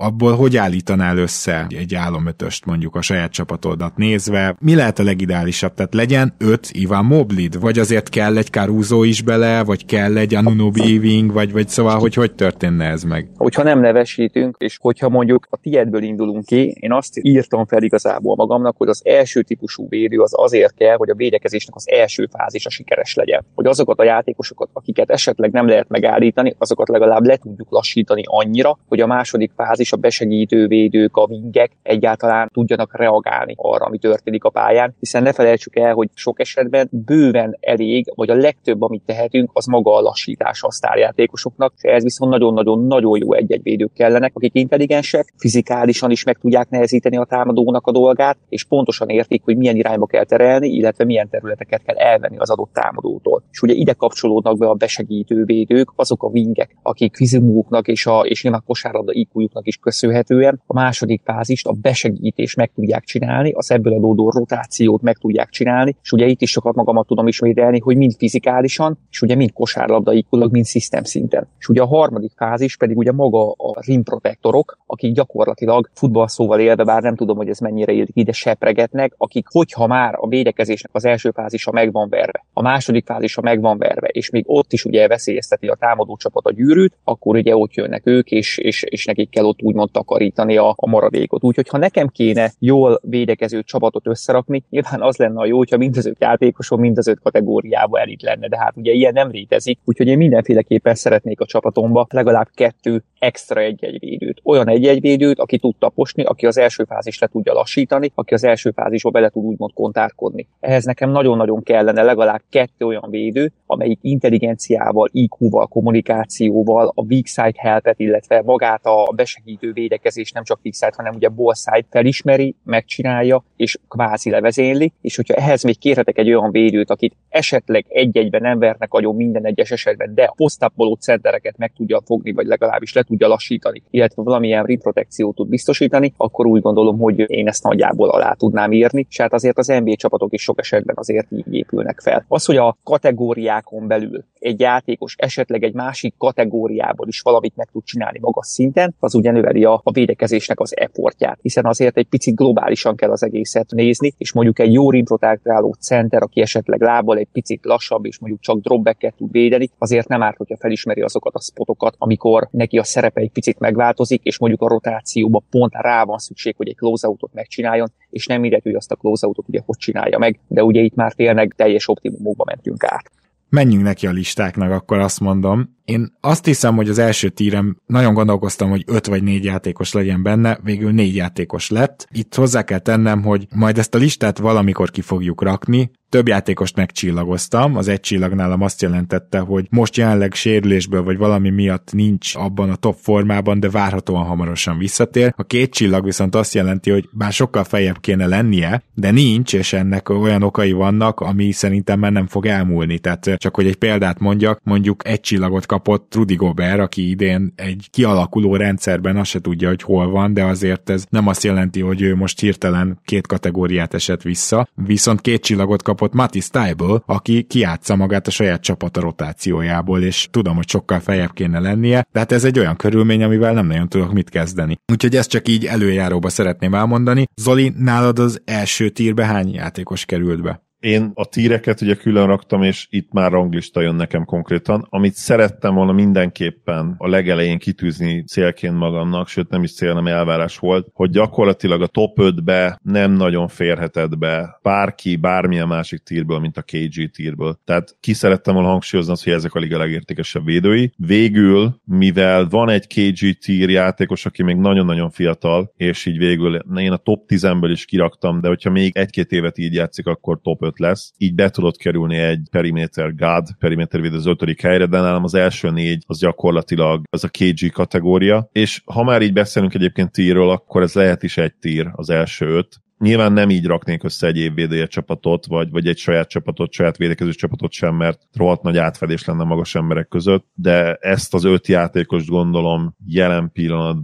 Speaker 2: abból hogy állítanál össze egy álomötöst mondjuk a saját csapatodat nézve? Mi lehet a legideálisabb? Tehát legyen öt Ivan Moblid, vagy azért kell egy Caruso is bele, vagy kell egy Anunoby Ewing, vagy, vagy szóval, hogy hogy történne ez meg?
Speaker 4: Hogyha nem nevesítünk, és hogyha mondjuk a tiédből indulunk ki, én azt írtam fel igazából magamnak, hogy az első típusú védő az azért kell, hogy a védekezésnek az első fázisa sikeres legyen. Hogy azokat a játékosokat, akiket esetleg nem lehet megállítani, azokat legalább le tudjuk lassítani annyira, hogy a második fázis, a besegítő védők, a wingek egyáltalán tudjanak reagálni arra, ami történik a pályán, hiszen ne felejtsük el, hogy sok esetben bőven elég, vagy a legtöbb, amit tehetünk, az maga a lassítás a sztárjátékosoknak, és ez viszont nagyon-nagyon-nagyon jó egy-egy védők kellenek, akik intelligensek, fizikálisan is meg tudják nehezíteni a támadónak a dolgát, és pontosan értik, hogy milyen irányba kell terelni, illetve milyen területeket kell elvenni az adott támadótól. És ugye ide kapcsolódnak be a besegítő védők, azok a wingek, akik fizimuknak és a és nyilván kosárlabda í kú-juknak is köszönhetően a második fázist, a besegítést meg tudják csinálni, az ebből adódó rotációt meg tudják csinálni, és ugye itt is sokat magamat tudom ismételni, hogy mind fizikálisan, és ugye mind kosárlabda í kú-lag, mind szisztem szinten. És ugye a harmadik fázis pedig ugye maga a rim protektorok, akik gyakorlatilag futballszóval élve, bár nem tudom, hogy ez mennyire illik ide, sepregetnek, akik hogyha már a védekezésnek az első fázisa meg van verve, a második fázisa meg van verve, és még ott is ugye veszélyezteti a támadó csapat a gyűrűt, akkor ugye ott jönnek ők, és, és, és nekik kell ott úgymond takarítani a, a maradékot. Úgyhogy ha nekem kéne jól védekező csapatot összerakni, nyilván az lenne a jó, hogyha mind az öt játékoson, mind az öt kategóriába elit lenne, de hát ugye ilyen nem létezik, úgyhogy én mindenféleképpen szeretnék a csapatomba legalább kettő extra egy-egy védőt. Olyan egy-egy védőt, aki tud taposni, aki az első fázist le tudja lassítani, aki az első fázisba bele tud úgymond kontárkodni. Ehhez nekem nagyon-nagyon kellene legalább kettő olyan védő, amelyik intelligenciával, í kú-val, kommunikációval, a weak side helpet, illetve magát a besegítő védekezést nem csak weak side, hanem ugye ball side felismeri, megcsinálja, és kvázi levezényli, és hogyha ehhez még kérhetek egy olyan védőt, akit esetleg egy-egyben nem vernek agyon minden egyes esetben, de a posztápoló centereket meg tudja fogni, vagy legalábbis le tudja lassítani, illetve valamilyen rim protekciót tud biztosítani, akkor úgy gondolom, hogy én ezt nagyjából alá tudnám írni, és hát azért az en bé á csapatok is sok esetben azért így épülnek fel. Az, hogy a kategóriákon belül egy játékos esetleg egy másik kategóriából is valamit meg tud csinálni magas szinten, az ugye növeli a, a védekezésnek az effortját, hiszen azért egy picit globálisan kell az egészet nézni, és mondjuk egy jó rim protektáló center, aki esetleg lábbal egy picit lassabb, és mondjuk csak dropbacket tud védeni, azért nem árt, hogyha felismeri azokat a spotokat, amikor neki a szerepe egy picit megváltozik, és mondjuk a rotációba pont rá van szükség, hogy egy closeoutot megcsináljon, és nem mindegy, hogy azt a closeoutot ugye hogy csinálja meg, de ugye itt már tényleg teljes optimumokba mentünk át.
Speaker 2: Menjünk neki a listáknak, akkor azt mondom. Én azt hiszem, hogy az első tírem nagyon gondolkoztam, hogy öt vagy négy játékos legyen benne, végül négy játékos lett. Itt hozzá kell tennem, hogy majd ezt a listát valamikor ki fogjuk rakni. Több játékost megcsillagoztam, az egy csillag nálam azt jelentette, hogy most jelenleg sérülésből vagy valami miatt nincs abban a top formában, de várhatóan hamarosan visszatér. A két csillag viszont azt jelenti, hogy bár sokkal feljebb kéne lennie, de nincs, és ennek olyan okai vannak, ami szerintem már nem fog elmúlni. Tehát csak hogy egy példát mondjak, mondjuk egy csillagot kapott Rudy Gobert, aki idén egy kialakuló rendszerben azt se tudja, hogy hol van, de azért ez nem azt jelenti, hogy ő most hirtelen két kategóriát esett vissza, viszont két csillagot kapott Matisse Thybulle, aki kiátsza magát a saját csapata rotációjából, és tudom, hogy sokkal feljebb kéne lennie, de hát ez egy olyan körülmény, amivel nem nagyon tudok mit kezdeni. Úgyhogy ezt csak így előjáróba szeretném elmondani. Zoli, nálad az első tírbe hány játékos került be?
Speaker 3: Én a tíreket ugye külön raktam, és itt már ranglista jön nekem konkrétan. Amit szerettem volna mindenképpen a legelején kitűzni célként magamnak, sőt nem is cél, nem elvárás volt, hogy gyakorlatilag a top ötbe nem nagyon férhetett be bárki, bármilyen másik tírből, mint a ká gé tírből. Tehát ki szerettem volna hangsúlyozni azt, hogy ezek a liga legértékesebb védői. Végül, mivel van egy ká gé tír játékos, aki még nagyon-nagyon fiatal, és így végül én a top tízből is kiraktam, de hogyha még egy-két évet így játszik, akkor top öt lesz. Így be tudott kerülni egy perimeter guard, perimeter védő az ötödik helyre, de nálam az első négy az gyakorlatilag az a ká gé kategória. És ha már így beszélünk egyébként tírről, akkor ez lehet is egy tír az első öt. Nyilván nem így raknék össze egy évvédője csapatot, vagy, vagy egy saját csapatot, saját védekező csapatot sem, mert rohadt nagy átfedés lenne magas emberek között, de ezt az öt játékost gondolom jelen pillanatban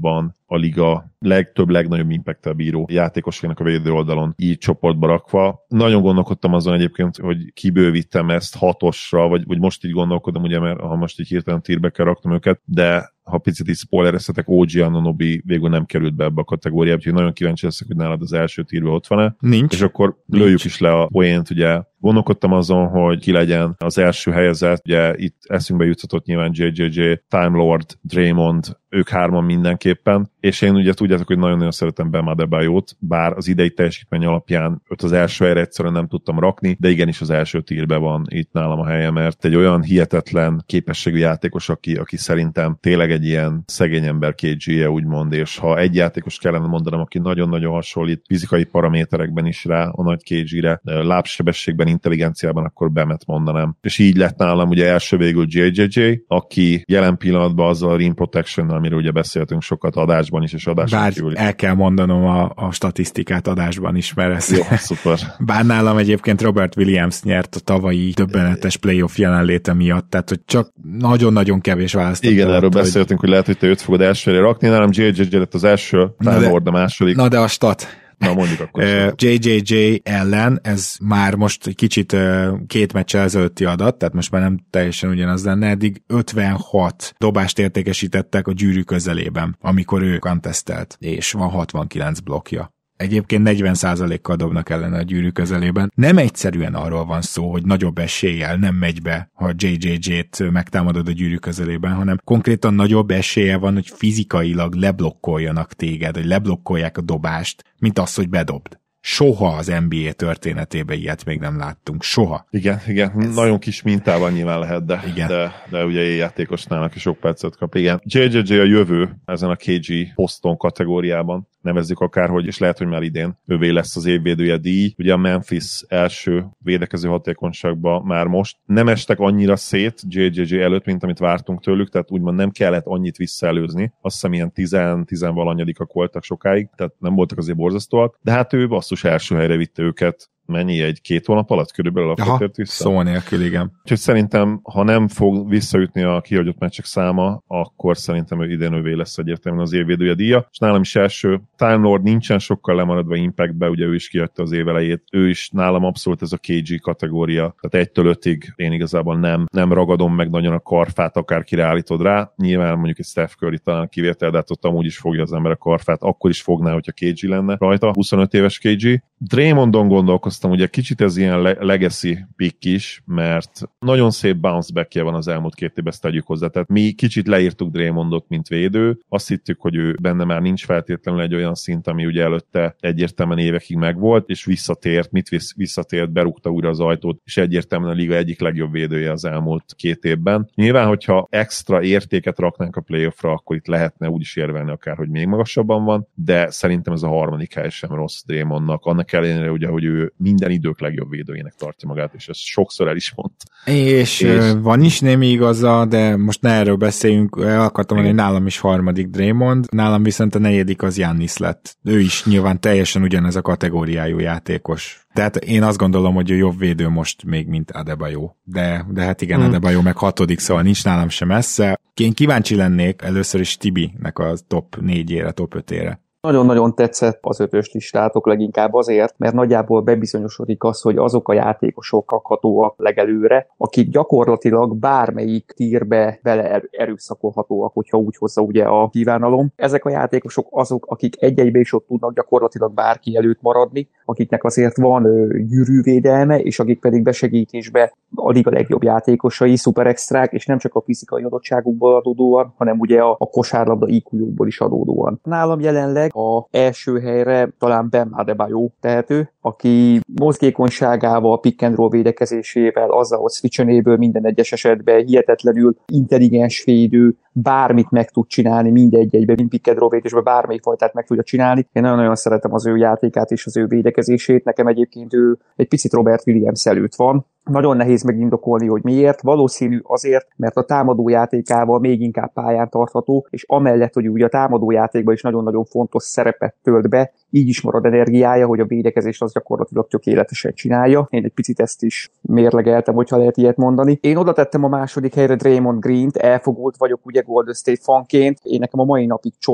Speaker 3: a liga legtöbb, legnagyobb impact-tel bíró játékosainak a védő oldalon így csoportba rakva. Nagyon gondolkodtam azon egyébként, hogy kibővítem ezt hatosra, vagy, vagy most így gondolkodom, ugye, mert ha most így hirtelen tírbe kell raknom őket, de ha picit így spoilereztetek, o gé Anunoby végül nem került be ebbe a kategóriába, úgyhogy nagyon kíváncsi leszek, hogy nálad az első tírbe ott van-e.
Speaker 2: Nincs.
Speaker 3: És akkor
Speaker 2: Nincs.
Speaker 3: lőjük is le a poént, ugye. Gondolkodtam azon, hogy ki legyen az első helyezett, ugye itt eszünkbe juthatott nyilván jé jé jé, Time Lord, Draymond, ők hárman mindenképpen, és én ugye tudjátok, hogy nagyon-nagyon szeretem Bam Adebayót, bár az idei teljesítmény alapján őt az első helyre egyszerűen nem tudtam rakni, de igenis az első tírbe van itt nálam a helye, mert egy olyan hihetetlen képességű játékos, aki, aki szerintem tényleg egy ilyen szegény ember ká gé-je úgymond, és ha egy játékos kellene mondanom, aki nagyon-nagyon hasonlít fizikai paraméterekben is rá a nagy ká gé-re, lábsebességben, intelligenciában, akkor Bamet mondanám. És így lett nálam ugye első végül jé jé jé, aki jelen pillanatban azzal a rim protection, amiről ugye beszéltünk sokat adásban is, és adáson
Speaker 2: Bár
Speaker 3: kívül.
Speaker 2: el kell mondanom a, a statisztikát adásban is, mert ez...
Speaker 3: Jó, szuper.
Speaker 2: Bár nálam egyébként Robert Williams nyert a tavalyi döbbenetes playoff jelenléte miatt, tehát hogy csak nagyon-nagyon kevés választott.
Speaker 3: Igen, erről
Speaker 2: hogy...
Speaker 3: beszéltünk, hogy lehet, hogy te őt fogod elsőre rakni, nálam jé jé jé lett az első, Time Lord a második.
Speaker 2: Na de a stat...
Speaker 3: Na mondjuk akkor.
Speaker 2: jé jé jé ellen, ez már most egy kicsit két meccsel ezelőtti adat, tehát most már nem teljesen ugyanaz lenne, eddig ötvenhat dobást értékesítettek a gyűrű közelében, amikor ő contestelt, és van hatvankilenc blokkja. Egyébként negyven százalékkal dobnak ellene a gyűrű közelében. Nem egyszerűen arról van szó, hogy nagyobb eséllyel nem megy be, ha jé jé jé-t megtámadod a gyűrű közelében, hanem konkrétan nagyobb esélye van, hogy fizikailag leblokkoljanak téged, hogy leblokkolják a dobást, mint az, hogy bedobd. Soha az en bé á történetében ilyet még nem láttunk. Soha.
Speaker 3: Igen, igen. Ez... Nagyon kis mintában nyilván lehet, de,
Speaker 2: igen.
Speaker 3: de, de ugye játékosnának is sok percet kap. Igen. jé jé jé a jövő ezen a ká gé poszton kategóriában, nevezzük akárhogy, és lehet, hogy már idén ővé lesz az évvédője díj. Ugye a Memphis első védekező hatékonyságban már most nem estek annyira szét jé jé jé előtt, mint amit vártunk tőlük, tehát úgymond nem kellett annyit visszaelőzni. Azt hiszem ilyen tíz-tíz-valanyadikak voltak sokáig, tehát nem voltak azért borzasztóak, de hát ő basszus első helyre vitte őket. Mennyi? Egy-két hónap alatt körülbelül a vissza?
Speaker 2: Szó nélkül, igen.
Speaker 3: Úgyhogy szerintem, ha nem fog visszaütni a kihagyott meccsek száma, akkor szerintem ő idén ővé lesz egyértelműen az évvédője díja. És nálam is első. Time Lord nincsen sokkal lemaradva Impactbe, ugye ő is kihagyta az év elejét. Ő is nálam abszolút ez a ká gé kategória. Tehát egytől ötig én igazából nem, nem ragadom meg nagyon a karfát, akárkire állítod rá. Nyilván mondjuk egy Steph Curry talán kivétel, de hát ott amúgy is fogja az ember a karfát. Akkor is fogná, hogyha ká gé lenne rajta. huszonöt éves ká gé. Draymondon gondolkoztam, ugye kicsit ez ilyen legacy pick is, mert nagyon szép bounce backje van az elmúlt két évben, ezt tegyük hozzá. Tehát mi kicsit leírtuk Draymondot, mint védő, azt hittük, hogy ő benne már nincs feltétlenül egy olyan szint, ami ugye előtte egyértelműen évekig megvolt, és visszatért, mit visz, visszatért, berúgta újra az ajtót, és egyértelműen a liga egyik legjobb védője az elmúlt két évben. Nyilván, hogyha extra értéket raknánk a playoffra, akkor itt lehetne úgy is érvelni akár, hogy még magasabban van, de szerintem ez a harmadik hely sem rossz Draymondnak. Annak ellenére, ugye, hogy ő minden idők legjobb védőjének tartja magát, és ezt sokszor el is mondta.
Speaker 2: És, és van is némi igaza, de most ne erről beszéljünk, el akartam mondani, hogy nálam is harmadik Draymond, nálam viszont a negyedik az Giannis lett. Ő is nyilván teljesen ugyanez a kategóriájú játékos. Tehát én azt gondolom, hogy ő jobb védő most még, mint Adebayo. De, de hát igen, hmm. Adebayo meg hatodik, szóval nincs nálam sem messze. Én kíváncsi lennék először is Tibinek a top négyére, top ötére.
Speaker 4: Nagyon-nagyon tetszett az ötös listátok leginkább azért, mert nagyjából bebizonyosodik az, hogy azok a játékosok rakhatóak legelőre, akik gyakorlatilag bármelyik tírbe bele erőszakolhatóak, hogyha úgy hozza ugye a kívánalom. Ezek a játékosok azok, akik egy-egybe is ott tudnak gyakorlatilag bárki előtt maradni, akiknek azért van ö, gyűrűvédelme, és akik pedig besegítésbe a liga legjobb játékosai, szuper extrák, és nem csak a fizikai adottságukból adódóan, hanem ugye a, a kosárlabda í kú-jukból is adódóan. Nálam jelenleg a első helyre talán Bam Adebayo tehető, aki mozgékonyságával, pick and roll védekezésével, azzal, hogy switchenéből minden egyes esetben hihetetlenül intelligens védő, bármit meg tud csinálni, mindegy egyben, mint pick and roll védésben bármelyik fajtát meg tudja csinálni. Én nagyon-nagyon szeretem az ő játékát és az ő védekezését. Nekem egyébként ő egy picit Robert Williams előtt van. Nagyon nehéz megindokolni, hogy miért. Valószínű azért, mert a támadó játékával még inkább pályán tartható, és amellett, hogy ugye a támadó játékban is nagyon-nagyon fontos szerepet tölt be, így is marad energiája, hogy a védekezést az gyakorlatilag tökéletesen csinálja. Én egy picit ezt is mérlegeltem, hogyha lehet ilyet mondani. Én oda tettem a második helyre Draymond Greent, elfogult vagyok ugye Golden State fanként. Én nekem a mai napig csoda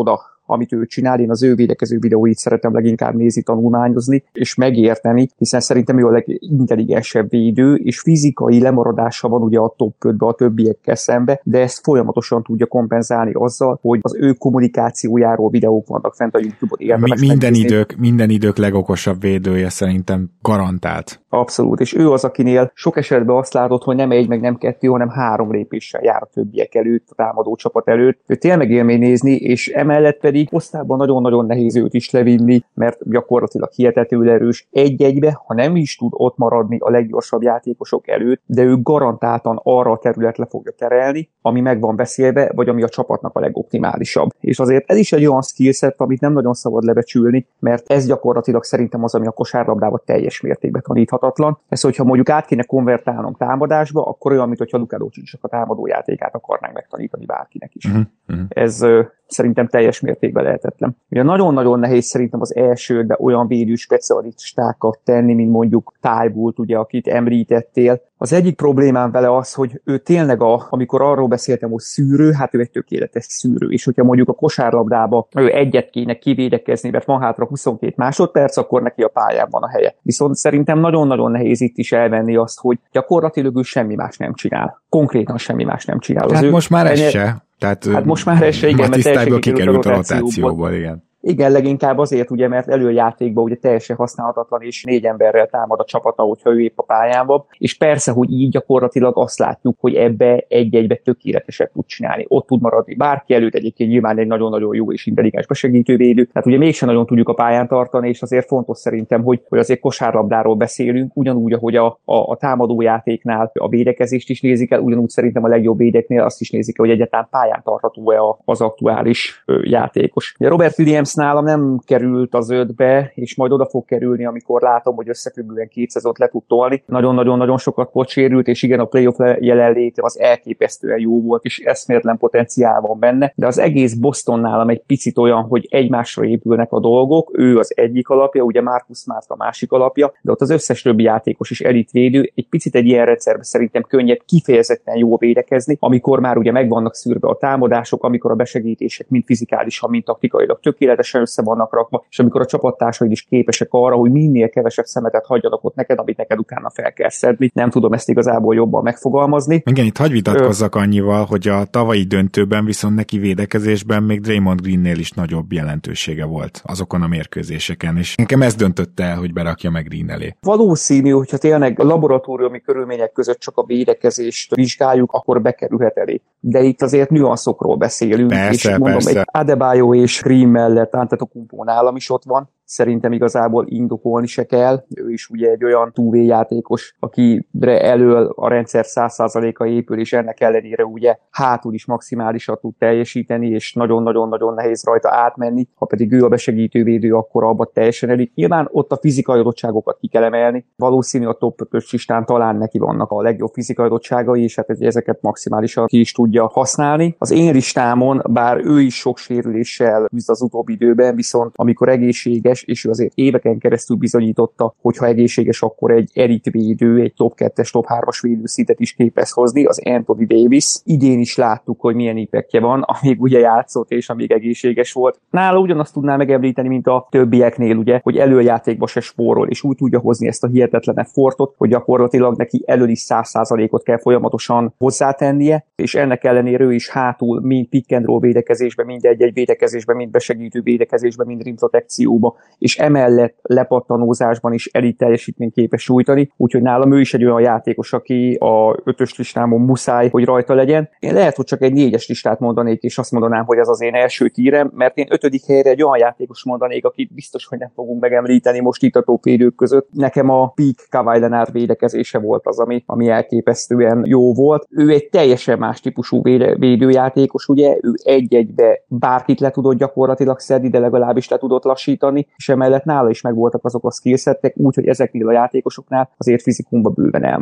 Speaker 4: amit ő csinál. Én az ő védekező videóit szeretem leginkább nézni, tanulmányozni, és megérteni, hiszen szerintem ő a legintelligensebb védő, és fizikai lemaradása van ugye a top ötbe a többiekkel szembe, de ezt folyamatosan tudja kompenzálni azzal, hogy az ő kommunikációjáról videók vannak fent a YouTube-on.
Speaker 2: Mi, minden, idők, minden idők legokosabb védője szerintem garantált.
Speaker 4: Abszolút, és ő az, akinél sok esetben azt látod, hogy nem egy, meg nem kettő, hanem három lépéssel jár a többiek előtt, a támadó csapat előtt. Ő tényleg élmény nézni, és emellett pedig osztályban nagyon-nagyon nehéz őt is levinni, mert gyakorlatilag hihetetlenül erős egy-egybe, ha nem is tud ott maradni a leggyorsabb játékosok előtt, de ő garantáltan arra a területre fogja terelni, ami meg van beszélve, vagy ami a csapatnak a legoptimálisabb. És azért ez is egy olyan skillset, amit nem nagyon szabad lebecsülni, mert ez gyakorlatilag szerintem az, ami a kosárlabdában teljes mértékben taníthatatlan. Ez, hogyha mondjuk át kéne konvertálnom támadásba, akkor olyan, mintha Luka Doncicnak a támadójátékát akarnánk megtanítani bárkinek is. Uh-huh, uh-huh. Ez ö, szerintem teljes mértékben lehetetlen. Ugye nagyon-nagyon nehéz szerintem az elsődbe olyan védő specialistákat tenni, mint mondjuk Tybalt, ugye, akit említettél. Az egyik problémám vele az, hogy ő tényleg, a, amikor arról beszéltem, hogy szűrő, hát ő egy tökéletes szűrő, és hogyha mondjuk a kosárlabdába ő egyet kéne kivédekezni, mert van hátra huszonkét másodperc, akkor neki a pályán van a helye. Viszont szerintem nagyon-nagyon nehéz itt is elvenni azt, hogy gyakorlatilag ő semmi más nem csinál. Konkrétan semmi más nem csinál.
Speaker 2: Hát
Speaker 4: az
Speaker 2: most
Speaker 4: ő,
Speaker 2: már ez
Speaker 4: ennyi...
Speaker 2: se. Tehát,
Speaker 4: hát most már ez se, igen, mert
Speaker 2: teljesen kikerült a rotációból, igen.
Speaker 4: Igen, leginkább azért, ugye, mert előjátékban ugye teljesen használhatatlan, és négy emberrel támad a csapata, hogyha ő épp a pályán van, és persze, hogy így gyakorlatilag azt látjuk, hogy ebbe egy-egybe tökéleteset tud csinálni. Ott tud maradni bárki előtt, egyébként nyilván egy nagyon-nagyon jó és intelligens besegítő védő. Tehát ugye mégsem nagyon tudjuk a pályán tartani, és azért fontos szerintem, hogy, hogy azért kosárlabdáról beszélünk, ugyanúgy, ahogy a, a, a támadójátéknál a védekezést is nézik el, ugyanúgy szerintem a legjobb védeknél azt is nézik el, hogy egyáltalán pályán tartható-e az aktuális ö, játékos. Ugye Robert Williams nálam nem került az ötbe, és majd oda fog kerülni, amikor látom, hogy összefüggően két szezont le tud tolni. Nagyon-nagyon-nagyon sokat volt sérült, és igen, a playoff jelenléte az elképesztően jó volt, és eszméletlen potenciál van benne, de az egész Boston nálam egy picit olyan, hogy egymásra épülnek a dolgok, ő az egyik alapja, ugye Marcus Smart a másik alapja, de ott az összes többi játékos is elitvédő, egy picit egy ilyen rendszerben szerintem könnyebb kifejezetten jól védekezni, amikor már ugye meg vannak szűrve a támadások, amikor a besegítések mind fizikálisan, mind taktikailag tökéletes össze vannak rakva, és amikor a csapattársaid is képesek arra, hogy minél kevesebb szemetet hagyjanak ott neked, amit neked utána fel kell szedni. Nem tudom ezt igazából jobban megfogalmazni.
Speaker 2: Igen, itt hagy vitatkozzak Ö... annyival, hogy a tavalyi döntőben viszont neki védekezésben még Draymond Greennél is nagyobb jelentősége volt azokon a mérkőzéseken, és nekem ez döntötte el, hogy berakja meg Green elé.
Speaker 4: Valószínű, hogyha tényleg a laboratóriumi körülmények között csak a védekezést vizsgáljuk, akkor bekerülhet elé. De itt azért nüanszokról beszélünk,
Speaker 2: persze,
Speaker 4: és mondom,
Speaker 2: persze.
Speaker 4: egy Adebayo és Green mellett Antetokounmpo nálam is ott van, szerintem igazából indokolni se kell. Ő is ugye egy olyan two-way játékos, akire elől a rendszer száz százaléka épül, és ennek ellenére ugye hátul is maximálisan tud teljesíteni, és nagyon-nagyon-nagyon nehéz rajta átmenni. Ha pedig ő a besegítő védő, akkor abba teljesen elik. Nyilván ott a fizikai adottságokat ki kell emelni. Valószínű a top ötös listán talán neki vannak a legjobb fizikai adottságai, és hát ezeket maximálisan ki is tudja használni. Az én listámon, bár ő is sok sérüléssel küzd az utóbbi időben, viszont amikor egészséges, és ő azért éveken keresztül bizonyította, hogy ha egészséges, akkor egy elitvédő, egy top kettes, top hármas védőszintet is képes hozni, az Anthony Davis. Idén is láttuk, hogy milyen impactje van, amíg ugye játszott, és amíg egészséges volt. Nála ugyanazt tudná megemlíteni, mint a többieknél, ugye, hogy előjátékba se spórol, és úgy tudja hozni ezt a hihetetlen effortot, hogy gyakorlatilag neki elől is száz százalékot kell folyamatosan hozzátennie, és ennek ellenére ő is hátul mind pick and roll védekezésben, mind egy-egy védekezésben, mind besegítő védekezésben, mind rim protekcióba, és emellett lepattanózásban is elit teljesítményt képes nyújtani, úgyhogy nálam ő is egy olyan játékos, aki a ötös listámon muszáj, hogy rajta legyen. Én lehet, hogy csak egy négyes listát mondanék, és azt mondanám, hogy az az én első tírem, mert én ötödik helyre egy olyan játékos mondanék, akit biztos, hogy nem fogunk megemlíteni most itt a top védők között. Nekem a peak Kawhi Leonard védekezése volt az, ami, ami elképesztően jó volt. Ő egy teljesen más típusú véde, védőjátékos, ugye, ő egy-egybe bárkit le tudott gyakorlatilag szedni, de legalábbis le tudott lassítani, és emellett nála is megvoltak azok a skillsettek, úgyhogy ezeknél a játékosoknál azért fizikumban bőven elmarad.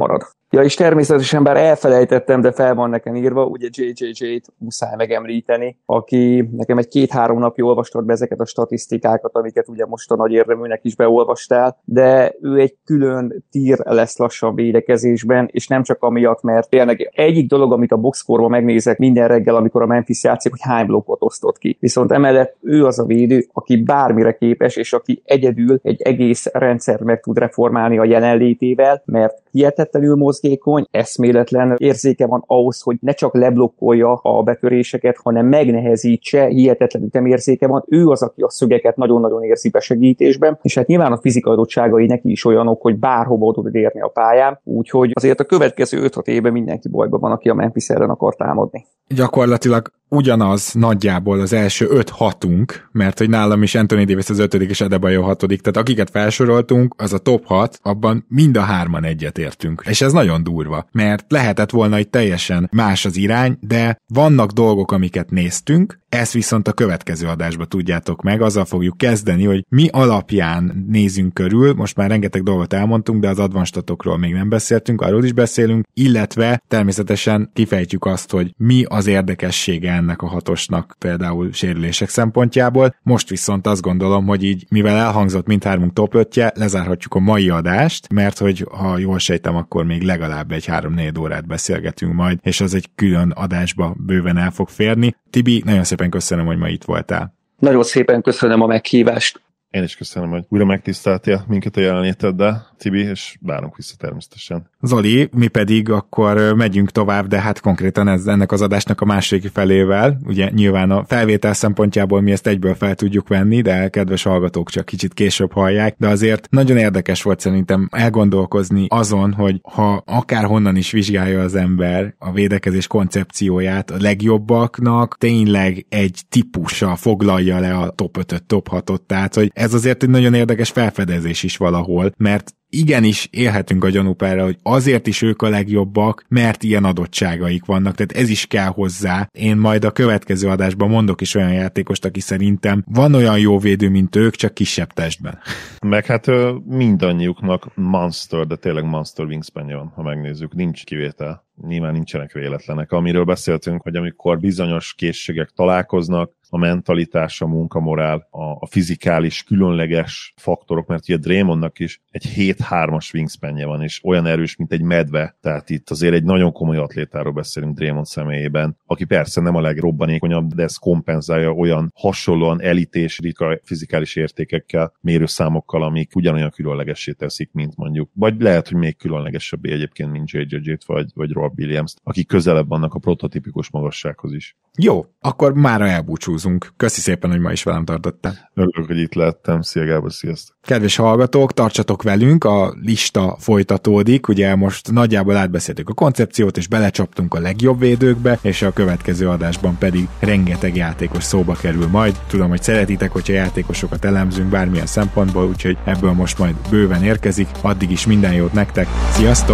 Speaker 4: Ja, és természetesen, bár elfelejtettem, de fel van nekem írva, ugye jé jé jé-t muszáj megemlíteni, aki nekem egy két-három napja olvastott be ezeket a statisztikákat, amiket ugye most a nagy érdeműnek is beolvastál, de ő egy külön tír lesz lassan védekezésben, és nem csak amiatt, mert tényleg egyik dolog, amit a boxscore-ban megnézek minden reggel, amikor a Memphis játszik, hogy hány blokkot osztott ki. Viszont emellett ő az a védő, aki bármire képes, és aki egyedül egy egész rendszert meg tud reformálni a jelenlétével, mert hihetetlenül mozgékony, eszméletlen érzéke van ahhoz, hogy ne csak leblokkolja a betöréseket, hanem megnehezítse, hihetetlen ütemérzéke van. Ő az, aki a szögeket nagyon-nagyon érzi besegítésben, és hát nyilván a fizikai adottságai neki is olyanok, hogy bárhova tud érni a pályán, úgyhogy azért a következő öt-hat évben mindenki bajban van, aki a Memphis ellen akar támadni.
Speaker 2: Gyakorlatilag ugyanaz nagyjából az első öt-hatunk, mert hogy nálam is Anthony Davis az ötödik és Adebayo hatodik, tehát akiket felsoroltunk, az a top hat, abban mind a hárman egyetértünk. És ez nagyon durva, mert lehetett volna, hogy teljesen más az irány, de vannak dolgok, amiket néztünk, ezt viszont a következő adásba tudjátok meg, azzal fogjuk kezdeni, hogy mi alapján nézünk körül, most már rengeteg dolgot elmondtunk, de az advanstatokról még nem beszéltünk, arról is beszélünk, illetve természetesen kifejtjük azt, hogy mi az érdekessége ennek a hatosnak például sérülések szempontjából. Most viszont azt gondolom, hogy így, mivel elhangzott mindhármunk top ötje, lezárhatjuk a mai adást, mert hogy ha jól sejtem, akkor még legalább egy három-négy órát beszélgetünk majd, és az egy külön adásba bőven el fog férni. Tibi, nagyon szépen köszönöm, hogy ma itt voltál.
Speaker 4: Nagyon szépen köszönöm a meghívást.
Speaker 3: Én is köszönöm, hogy újra megtiszteltél minket a jelenléteddel, Tibi, és várunk vissza természetesen.
Speaker 2: Zoli, mi pedig akkor megyünk tovább, de hát konkrétan ez, ennek az adásnak a második felével. Ugye nyilván a felvétel szempontjából mi ezt egyből fel tudjuk venni, de kedves hallgatók csak kicsit később hallják, de azért nagyon érdekes volt szerintem elgondolkozni azon, hogy ha akárhonnan is vizsgálja az ember a védekezés koncepcióját, a legjobbaknak tényleg egy típussal foglalja le a top ötöt, top hatot, tehát hogy ez azért egy nagyon érdekes felfedezés is valahol, mert igenis élhetünk a gyanúpára, hogy azért is ők a legjobbak, mert ilyen adottságaik vannak, tehát ez is kell hozzá. Én majd a következő adásban mondok is olyan játékost, aki szerintem van olyan jó védő, mint ők, csak kisebb testben.
Speaker 3: Meg hát mindannyiuknak monster, de tényleg monster wingspanje van, ha megnézzük, nincs kivétel. Nyilván nincsenek véletlenek. Amiről beszéltünk, hogy amikor bizonyos készségek találkoznak, a mentalitás, a munkamorál, a, a fizikális, különleges faktorok, mert ugye Draymondnak is egy hét hármas wingspanje van, és olyan erős, mint egy medve, tehát itt azért egy nagyon komoly atlétáról beszélünk Draymond személyében, aki persze nem a legrobbanékonyabb, de ez kompenzálja olyan hasonlóan elités, ritka fizikális értékekkel, mérőszámokkal, amik ugyanolyan különlegessé teszik, mint mondjuk, vagy lehet, hogy még különlegesebbé egyébként, mint jé jé jé-t, vagy, vagy Rob Williams-t, akik közelebb vannak a prototipikus magassághoz is.
Speaker 2: Jó, akkor mára elbúcsúzunk. Köszi szépen, hogy ma is velem tartottál.
Speaker 3: Örülök, hogy itt lettem. Szia Gábor, sziasztok!
Speaker 2: Kedves hallgatók, tartsatok velünk, a lista folytatódik, ugye most nagyjából átbeszéltük a koncepciót, és belecsaptunk a legjobb védőkbe, és a következő adásban pedig rengeteg játékos szóba kerül majd. Tudom, hogy szeretitek, hogyha játékosokat elemzünk bármilyen szempontból, úgyhogy ebből most majd bőven érkezik. Addig is minden jót nektek, sziasztok!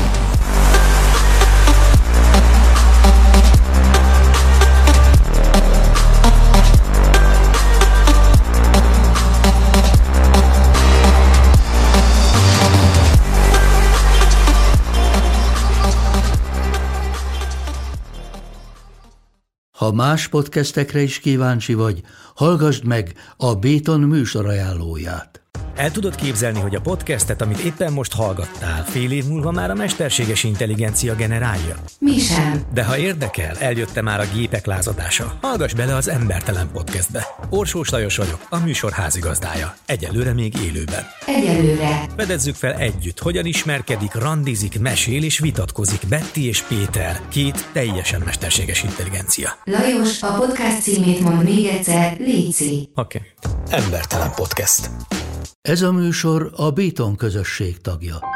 Speaker 5: Ha más podcastekre is kíváncsi vagy, hallgassd meg a Béton műsor ajánlóját.
Speaker 6: El tudod képzelni, hogy a podcastet, amit éppen most hallgattál, fél év múlva már a mesterséges intelligencia generálja?
Speaker 7: Mi sem.
Speaker 6: De ha érdekel, eljött már a gépek lázadása. Hallgass bele az Embertelen Podcastbe. Orsós Lajos vagyok, a műsor házigazdája. Egyelőre még élőben.
Speaker 7: Egyelőre.
Speaker 6: Fedezzük fel együtt, hogyan ismerkedik, randizik, mesél és vitatkozik Betty és Péter, két teljesen mesterséges intelligencia.
Speaker 7: Lajos, a podcast címét mond még egyszer, léci.
Speaker 6: Oké. Okay. Embertelen Podcast.
Speaker 5: Ez a műsor a Béton közösség tagja.